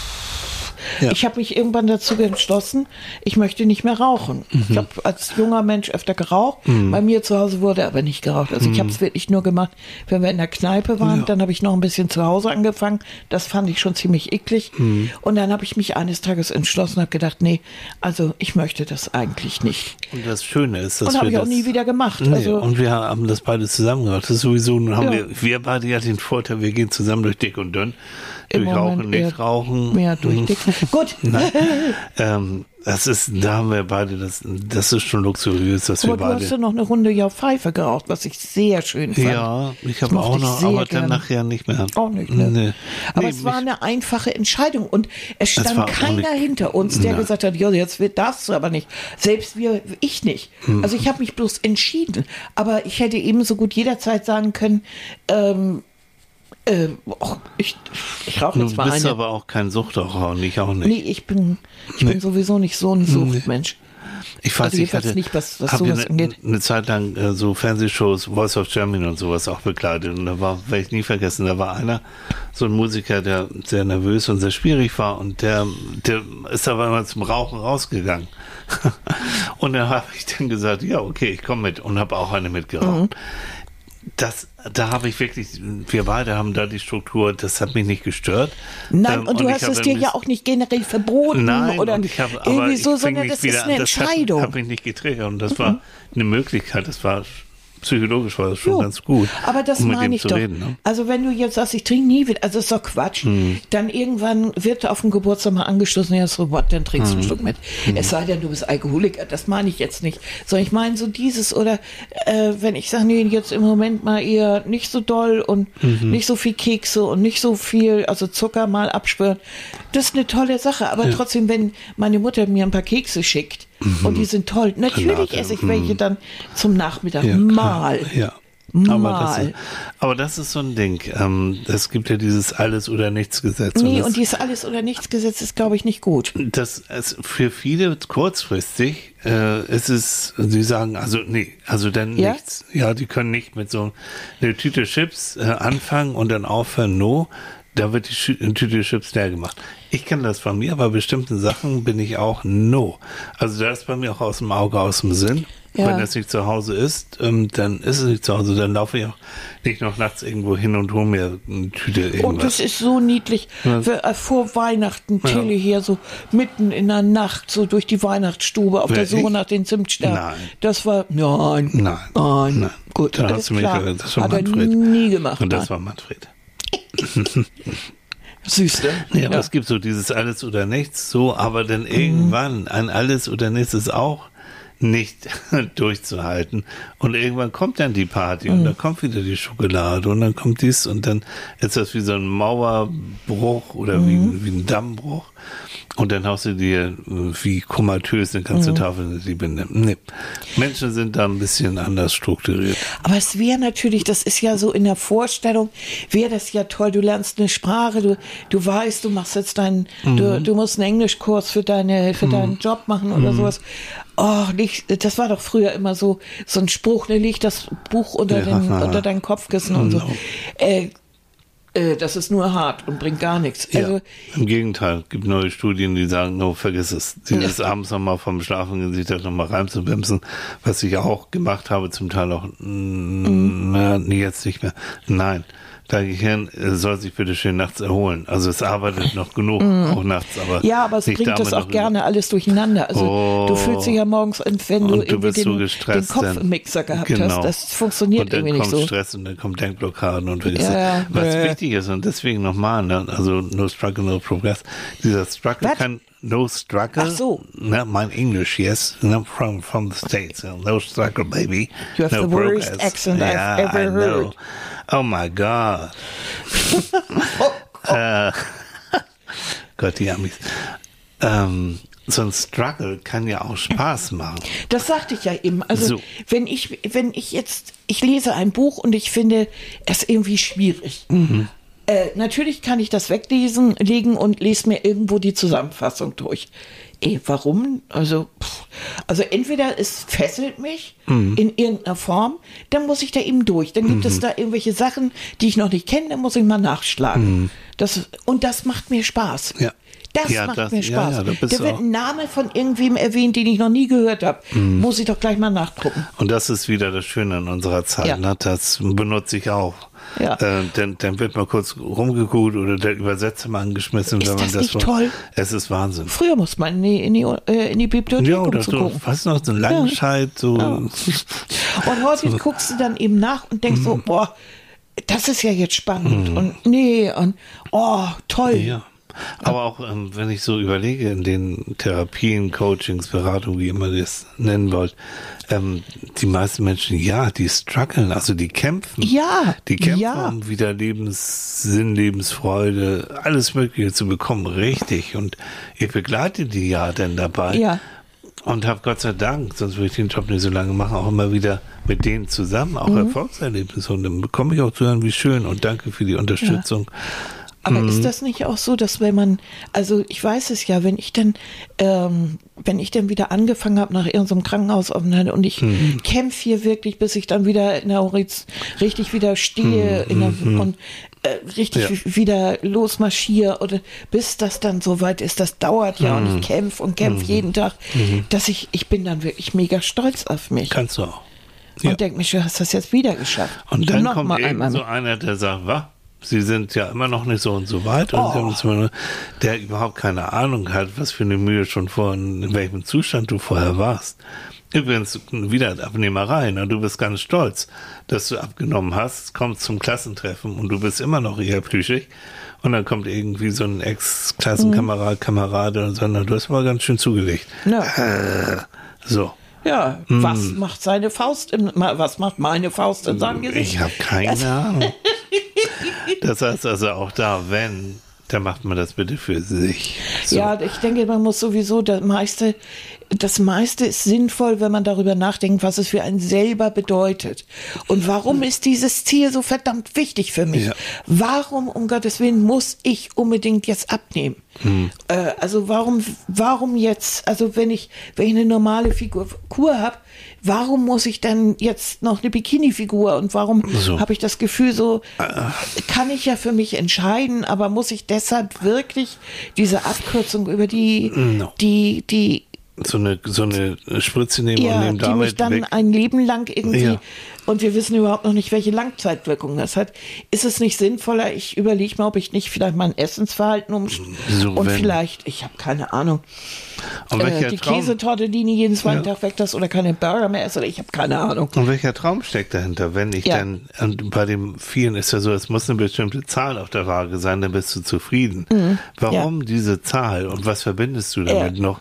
Ja. ich habe mich irgendwann dazu entschlossen, ich möchte nicht mehr rauchen. Ich habe als junger Mensch öfter geraucht. Bei mir zu Hause wurde aber nicht geraucht. Also ich habe es wirklich nur gemacht, wenn wir in der Kneipe waren. Ja. Dann habe ich noch ein bisschen zu Hause angefangen. Das fand ich schon ziemlich eklig. Und dann habe ich mich eines Tages entschlossen, habe gedacht, nee, also ich möchte das eigentlich nicht. Und das Schöne ist, dass Und habe wir ich auch das, nie wieder gemacht. Nee, Also und wir haben das beide zusammen gemacht. Das ist sowieso, nun haben Ja. wir, wir beide ja den Vorteil, wir gehen zusammen durch dick und dünn. im Durch Rauchen, Moment nicht eher rauchen. mehr durch dick. Gut. Nein. ähm, das ist, da haben wir beide, das, das ist schon luxuriös, dass Aber wir du beide. hast ja noch eine Runde ja Pfeife geraucht, was ich sehr schön fand. Ja, ich Das habe mochte auch ich noch, sehr aber gerne. dann nachher nicht mehr. Auch nicht, ne? Nee. Aber Nee, es war mich- eine einfache Entscheidung und es Es stand war auch keiner nicht- hinter uns, der Nein. gesagt hat, ja, jetzt wird das aber nicht. Selbst wir, ich nicht. Hm. Also ich habe mich bloß entschieden. Aber ich hätte ebenso gut jederzeit sagen können, ähm, äh, och, ich, ich rauche Du jetzt mal bist eine. aber auch kein Suchtraucher und ich auch nicht. Nee, ich bin, ich bin sowieso nicht so ein Suchtmensch. Ich weiß, Also ich jedenfalls hatte, nicht, was- was hab ja sowas eine, angeht. eine Zeit lang äh, so Fernsehshows, Voice of Germany und sowas auch begleitet. Und da war, werde ich nie vergessen, da war einer, so ein Musiker, der sehr nervös und sehr schwierig war und der, der ist aber immer zum Rauchen rausgegangen. Und dann habe ich dann gesagt, ja, okay, ich komme mit und habe auch eine mitgeraucht. Das, da habe ich wirklich, wir beide haben da die Struktur, das hat mich nicht gestört. Nein, Ähm, und du ich hast habe es dir ein ja auch nicht generell verboten Nein, oder und ich habe, aber irgendwie ich so, fing sondern mich das wieder ist an. eine Das hat, Entscheidung. hat mich nicht getriggert und das war eine Möglichkeit, das war psychologisch war das schon Jo, ganz gut. Aber das um mit meine dem ich zu doch. reden, ne? Also wenn du jetzt sagst, ich trinke nie wieder, also ist doch Quatsch. Hm. Dann irgendwann wird auf dem Geburtstag mal angestoßen, ja so, what, dann trinkst Hm. du einen Schluck mit. Es sei denn, du bist Alkoholiker, das meine ich jetzt nicht. Sondern ich meine so dieses oder äh, wenn ich sage, nee, jetzt im Moment mal eher nicht so doll und Mhm. nicht so viel Kekse und nicht so viel, also Zucker mal abschwören. Das ist eine tolle Sache. Aber trotzdem, wenn meine Mutter mir ein paar Kekse schickt und die sind toll, natürlich Renate, esse ich mhm. welche dann zum Nachmittag Ja, mal. klar, ja. Aber das, Mal. ist, aber das ist so ein Ding. Ähm, es gibt ja dieses Alles- oder Nichts-Gesetz. Nee, das, und dieses Alles- oder Nichts-Gesetz ist, glaube ich, nicht gut. das ist für viele kurzfristig äh, ist es, sie sagen, also nee, also dann Ja? nichts. Ja, die können nicht mit so einer Tüte Chips äh, anfangen und dann aufhören, no. Da wird die Schü- Tüte Chips leer gemacht. Ich kenne das von mir, bei bestimmten Sachen bin ich auch no. Also da ist bei mir auch aus dem Auge, aus dem Sinn. Ja. Wenn es nicht zu Hause ist, ähm, dann ist es nicht zu Hause. Dann laufe ich auch nicht noch nachts irgendwo hin und hole mir eine Tüte irgendwas. Und das ist so niedlich. Ja. Für, äh, vor Weihnachten, Tilly hier so mitten in der Nacht, so durch die Weihnachtsstube auf der Wirklich? Suche nach den Zimtsternen. Nein. Das war, nein. Nein. Nein. Nein. Gut, Da alles hast du mich klar. verwirrt. Das war Hat er Manfred. nie gemacht. Und das nein. war Manfred. Süß, ne? Ja, aber es gibt so dieses Alles oder Nichts, so, aber dann irgendwann ein Alles oder Nichts ist auch nicht durchzuhalten. Und irgendwann kommt dann die Party und Mhm. dann kommt wieder die Schokolade und dann kommt dies und dann ist das wie so ein Mauerbruch oder Mhm. wie, wie ein Dammbruch. Und dann haust du dir äh, wie komatös eine ganze Mhm. Tafel in die Binde. Nee. Menschen sind da ein bisschen anders strukturiert. Aber es wäre natürlich, das ist ja so in der Vorstellung, wäre das ja toll, du lernst eine Sprache, du, du weißt, du machst jetzt deinen, Mhm. du, du musst einen Englischkurs für deine, für deinen Job machen oder sowas. Oh, nicht, das war doch früher immer so, so ein Spruch, ne, leg das Buch unter, Ja. den, unter dein Kopfkissen und so. Genau. Äh, äh, das ist nur hart und bringt gar nichts. Ja, Also, im Gegenteil, es gibt neue Studien, die sagen, no, vergiss es. Dieses abends nochmal vom Schlafen sich da nochmal reinzubimsen, was ich auch gemacht habe, zum Teil auch, mm, na, nee, jetzt nicht mehr. Nein, dein Gehirn äh, soll sich bitte schön nachts erholen. Also es arbeitet noch genug, auch nachts, aber ja, aber es nicht bringt das damit auch noch- gerne alles durcheinander. Also Oh. du fühlst dich ja morgens, an, wenn du Und du irgendwie bist so den, den gestresst, Kopf dann- im Mixer gehabt genau. hast. Das funktioniert und dann irgendwie nicht kommt so. Stress und dann kommt Denkblockaden und vergiss Ja, es. Was ja. wichtig ist und deswegen nochmal, ne, also no struggle, no progress. Dieser Struggle Was? kann no struggle. Ach so. Ne, mein English, yes, no, from from the States, no struggle, baby. You have no the worst progress. accent I've yeah, ever I know. heard. Oh my God. äh, Gott, die Amis. Ähm, so ein Struggle kann ja auch Spaß machen. Das sagte ich ja eben. Also So. wenn ich, wenn ich jetzt, ich lese ein Buch und ich finde es irgendwie schwierig. Mhm. Äh, natürlich kann ich das weglesen, legen und lese mir irgendwo die Zusammenfassung durch. Eh, warum? Also, pff, also entweder es fesselt mich Mhm. in irgendeiner Form, dann muss ich da eben durch. Dann gibt es da irgendwelche Sachen, die ich noch nicht kenne, dann muss ich mal nachschlagen. Das, und das macht mir Spaß. Mhm. Ja. Das Ja, macht das- mir ja, Spaß. ja, da bist da du wird auch- ein Name von irgendwem erwähnt, den ich noch nie gehört habe. Muss ich doch gleich mal nachgucken. Und das ist wieder das Schöne in unserer Zeit. Ja. Ne? Das benutze ich auch. Ja. Äh, dann, dann wird mal kurz rumgeguckt oder der Übersetzer mal angeschmissen. Ist wenn man das das nicht so- toll? Es ist Wahnsinn. Früher musste man in die, in die, äh, in die Bibliothek, Ja, um oder zu so, gucken. was noch, so ein Langenscheid, so. Ja. Und heute guckst du dann eben nach und denkst Mhm. so, boah, das ist ja jetzt spannend. Und nee, und oh, toll. Ja. Aber auch, ähm, wenn ich so überlege, in den Therapien, Coachings, Beratungen, wie immer ihr es nennen wollt, ähm, die meisten Menschen, ja, die strugglen, also die kämpfen. Ja, Die kämpfen, ja. um wieder Lebenssinn, Lebensfreude, alles Mögliche zu bekommen, richtig. Und ich begleite die ja dann dabei. Ja. Und habe Gott sei Dank, sonst würde ich den Job nicht so lange machen, auch immer wieder mit denen zusammen, auch Mhm. Erfolgserlebnisse. Und dann bekomme ich auch zu hören, wie schön und danke für die Unterstützung. Aber ist das nicht auch so, dass wenn man, also ich weiß es ja, wenn ich dann, ähm, wenn ich dann wieder angefangen habe nach irgendeinem Krankenhausaufenthalt und ich kämpfe hier wirklich, bis ich dann wieder in der Horiz richtig wieder stehe in der, und äh, richtig Ja. wieder losmarschiere oder bis das dann soweit ist, das dauert ja und ich kämpfe und kämpfe jeden Tag, dass ich, ich bin dann wirklich mega stolz auf mich Kannst du auch. und Ja. denke mir, du hast das jetzt wieder geschafft. Und dann noch kommt mal irgend einmal. so einer, der sagt, was? Sie sind ja immer noch nicht so und so weit. Und Oh. Sie haben jetzt mal- der überhaupt keine Ahnung hat, was für eine Mühe schon vor, in welchem Zustand du vorher warst. Übrigens, wieder Abnehmerei. Ne? Du bist ganz stolz, dass du abgenommen hast, kommst zum Klassentreffen und du bist immer noch eher plüschig. Und dann kommt irgendwie so ein Ex-Klassenkamerad, Kamerade und sagt, na, du hast aber ganz schön zugelegt. Ja. Äh, so. Ja, Hm. was macht seine Faust im, ma- was macht meine Faust in seinem Gesicht? Ich habe keine Ahnung. Das heißt also auch da, wenn, dann macht man das bitte für sich. So. Ja, ich denke, man muss sowieso das meiste, das meiste ist sinnvoll, wenn man darüber nachdenkt, was es für einen selber bedeutet. Und warum ist dieses Ziel so verdammt wichtig für mich? Ja. Warum, um Gottes Willen, muss ich unbedingt jetzt abnehmen? Hm. Äh, also warum, warum jetzt, also wenn ich, wenn ich eine normale Figur Kur habe, warum muss ich dann jetzt noch eine Bikini-Figur und warum So. habe ich das Gefühl so, kann ich ja für mich entscheiden, aber muss ich deshalb wirklich diese Abkürzung über die, No. die, die, So eine, so eine Spritze nehmen und ja, nehmen die mich damit dann weg. ein Leben lang irgendwie, Ja. und wir wissen überhaupt noch nicht, welche Langzeitwirkungen das hat. Ist es nicht sinnvoller, ich überlege mal, ob ich nicht vielleicht mein Essensverhalten um So, und wenn- vielleicht, ich habe keine Ahnung, Und welcher äh, die Traum, Käsetorte, die nie jeden zweiten Ja. Tag weg das oder keine Burger mehr esse, oder ich habe keine Ahnung. und welcher Traum steckt dahinter? Wenn ich Ja. dann, und bei dem vielen ist ja so, es muss eine bestimmte Zahl auf der Waage sein, dann bist du zufrieden. Warum diese Zahl und was verbindest du damit Ja. noch?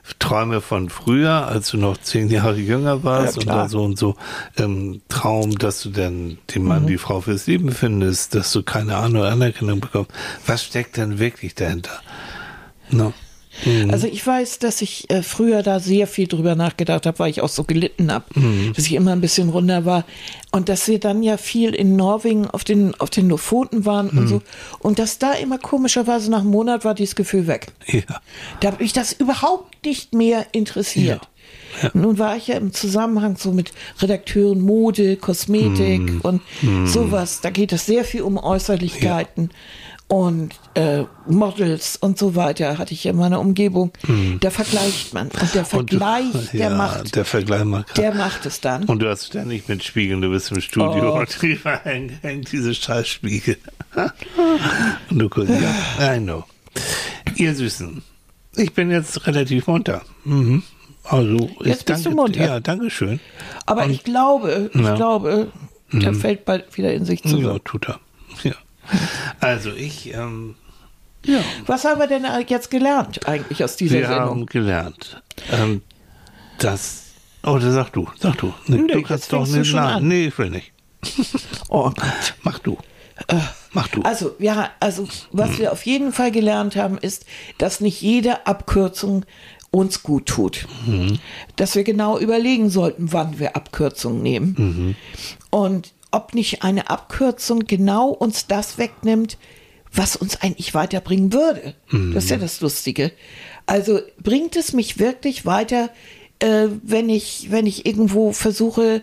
Träume von früher, als du noch zehn Jahre jünger warst, Ja, und klar. da so und so ähm, Traum, dass du dann den Mann, Mhm. die Frau fürs Leben findest, dass du keine Ahnung oder Anerkennung bekommst. Was steckt denn wirklich dahinter? No. Mhm. Also ich weiß, dass ich äh, früher da sehr viel drüber nachgedacht habe, weil ich auch so gelitten habe, Mhm. dass ich immer ein bisschen runter war. Und dass wir dann ja viel in Norwegen auf den, auf den Lofoten waren Mhm. und so. Und dass da immer komischerweise nach einem Monat war dieses Gefühl weg. Ja. Da habe ich das überhaupt nicht mehr interessiert. Ja. Nun war ich ja im Zusammenhang so mit Redakteuren, Mode, Kosmetik Mhm. und sowas. Da geht es sehr viel um Äußerlichkeiten. Und äh, Models und so weiter hatte ich ja in meiner Umgebung. Da vergleicht man. Und der Und du- Vergleich, der ja, macht, der Vergleich macht der macht es dann. Und du hast ständig mit Spiegeln, du bist im Studio Oh. und drüber hängen, hängen diese Scheißspiegel. Und du guckst, ja, I know. Ihr Süßen, ich bin jetzt relativ munter. Mhm. Also, ich Jetzt bist danke, du munter. Ja, danke schön. Aber ich glaube, ich Ja. glaube, der fällt bald wieder in sich Ja, zusammen. tut er. Ja. Also, ich, ähm, ja. Was haben wir denn jetzt gelernt eigentlich aus dieser Wir haben Sendung? gelernt, ähm, dass, oh, das sag du, sag du. Nee, Nee, du jetzt kannst doch fängst du nicht schon sagen. an. Nee, ich will nicht. Oh Gott. Mach du. Mach du. Also, ja, also was wir auf jeden Fall gelernt haben, ist, dass nicht jede Abkürzung uns gut tut. Dass wir genau überlegen sollten, wann wir Abkürzungen nehmen. Und ob nicht eine Abkürzung genau uns das wegnimmt, was uns eigentlich weiterbringen würde. Das ist ja das Lustige. Also bringt es mich wirklich weiter, äh, wenn ich, wenn ich irgendwo versuche,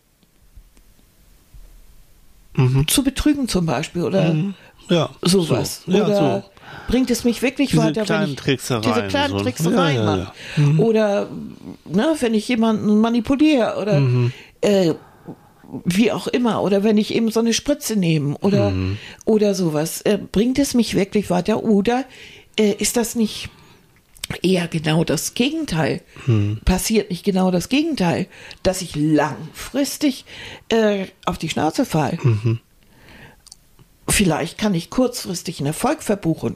zu betrügen zum Beispiel oder Ja, sowas. So. Ja, Oder so. bringt es mich wirklich Diese weiter, wenn kleinen ich Tricksereien, diese kleinen so. Tricksereien Ja, ja, mache? ja. Oder ne, wenn ich jemanden manipuliere oder Mhm. äh, wie auch immer. Oder wenn ich eben so eine Spritze nehme oder, Mhm. oder sowas. Äh, bringt es mich wirklich weiter? Oder äh, ist das nicht eher genau das Gegenteil? Mhm. Passiert nicht genau das Gegenteil, dass ich langfristig äh, auf die Schnauze falle? Mhm. Vielleicht kann ich kurzfristig einen Erfolg verbuchen.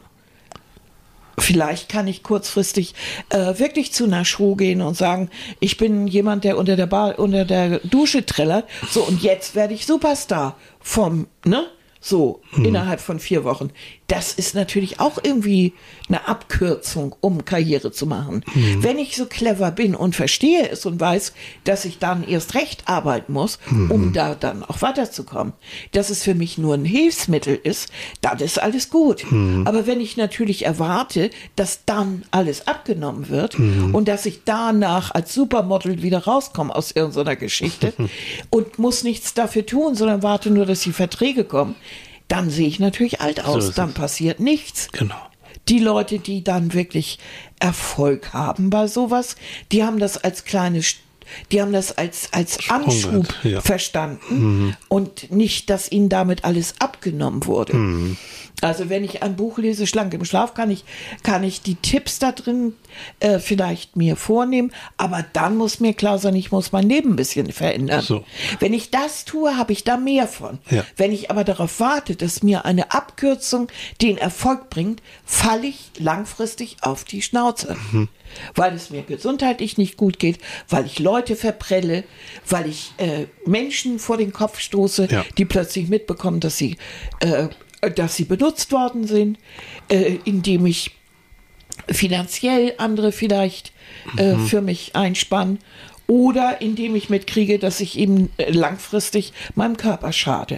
Vielleicht kann ich kurzfristig äh, wirklich zu einer Show gehen und sagen, ich bin jemand, der unter der Bar, unter der Dusche trällert. So, und jetzt werde ich Superstar vom, ne? So, innerhalb von vier Wochen. Das ist natürlich auch irgendwie eine Abkürzung, um Karriere zu machen. Wenn ich so clever bin und verstehe es und weiß, dass ich dann erst recht arbeiten muss, um da dann auch weiterzukommen, dass es für mich nur ein Hilfsmittel ist, dann ist alles gut. Aber wenn ich natürlich erwarte, dass dann alles abgenommen wird und dass ich danach als Supermodel wieder rauskomme aus irgendeiner Geschichte und muss nichts dafür tun, sondern warte nur, dass die Verträge kommen, dann sehe ich natürlich alt aus, ist dann es. passiert nichts. Genau. Die Leute, die dann wirklich Erfolg haben bei sowas, die haben das als kleines, die haben das als, als Anschub ja. verstanden und nicht, dass ihnen damit alles abgenommen wurde. Also wenn ich ein Buch lese, Schlank im Schlaf, kann ich, kann ich die Tipps da drin äh, vielleicht mir vornehmen, aber dann muss mir klar sein, ich muss mein Leben ein bisschen verändern. So. Wenn ich das tue, habe ich da mehr von. Ja. Wenn ich aber darauf warte, dass mir eine Abkürzung den Erfolg bringt, falle ich langfristig auf die Schnauze. Mhm. Weil es mir gesundheitlich nicht gut geht, weil ich Leute verprelle, weil ich äh, Menschen vor den Kopf stoße, Ja. die plötzlich mitbekommen, dass sie, äh, dass sie benutzt worden sind, äh, indem ich finanziell andere vielleicht äh, für mich einspannen oder indem ich mitkriege, dass ich eben äh, langfristig meinem Körper schade.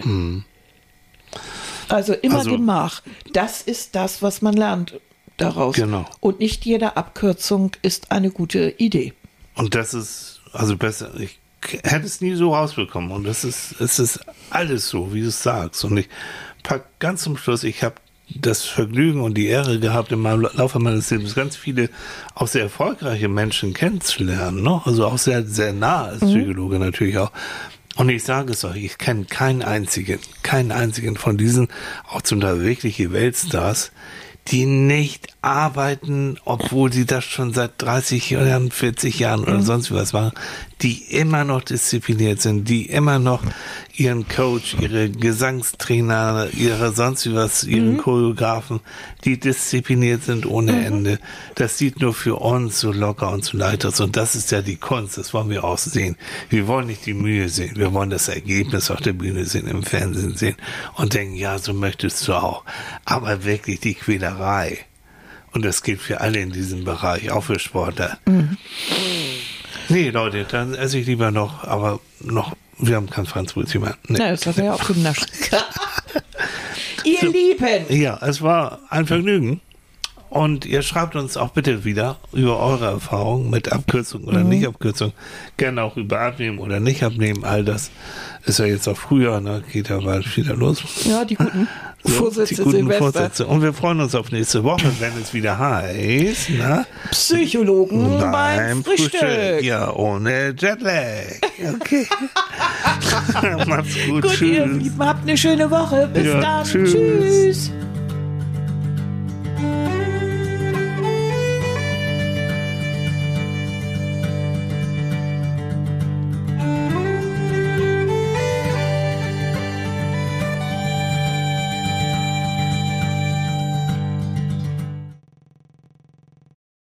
Also immer Also- Gemach. Das ist das, was man lernt daraus. Genau. Und nicht jede Abkürzung ist eine gute Idee. Und das ist, also besser, ich hätte es nie so rausbekommen. Und das ist, es ist alles so, wie du es sagst. Und ich pack ganz zum Schluss, ich habe das Vergnügen und die Ehre gehabt, in meinem Laufe meines Lebens ganz viele auch sehr erfolgreiche Menschen kennenzulernen. Ne? Also auch sehr, sehr nah als Psychologe natürlich auch. Und ich sage es euch, ich kenne keinen einzigen, keinen einzigen von diesen, auch zum Teil wirkliche Weltstars, die nicht arbeiten, obwohl sie das schon seit dreißig Jahren, vierzig Jahren oder mhm. sonst was machen, die immer noch diszipliniert sind, die immer noch ihren Coach, ihre Gesangstrainer, ihre sonst was, ihren mhm. Choreografen, die diszipliniert sind ohne mhm. Ende. Das sieht nur für uns so locker und so leicht aus. Und das ist ja die Kunst, das wollen wir auch sehen. Wir wollen nicht die Mühe sehen, wir wollen das Ergebnis auf der Bühne sehen, im Fernsehen sehen und denken, ja, so möchtest du auch. Aber wirklich die Quälerei. Und das gilt für alle in diesem Bereich, auch für Sportler. Mhm. Nee, Leute, dann esse ich lieber noch, aber noch, wir haben kein Franzbrötchen mehr. Nee. Ja, das hat er ja auch genascht. Ihr so, Lieben! Ja, es war ein Vergnügen. Und ihr schreibt uns auch bitte wieder über eure Erfahrungen mit Abkürzung oder mhm. nicht Abkürzung. Gerne auch über Abnehmen oder nicht abnehmen. All das ist ja jetzt auch früher, ne? Geht ja bald wieder los. Ja, die guten so, Vorsätze, die guten Vorsätze. Und wir freuen uns auf nächste Woche, wenn es wieder heißt, na? Psychologen beim, beim Frühstück. Frühstück. Ja, ohne Jetlag. Okay. Macht's gut. Gut, tschüss. ihr Lieben, habt eine schöne Woche. Bis ja, dann. Tschüss. Tschüss.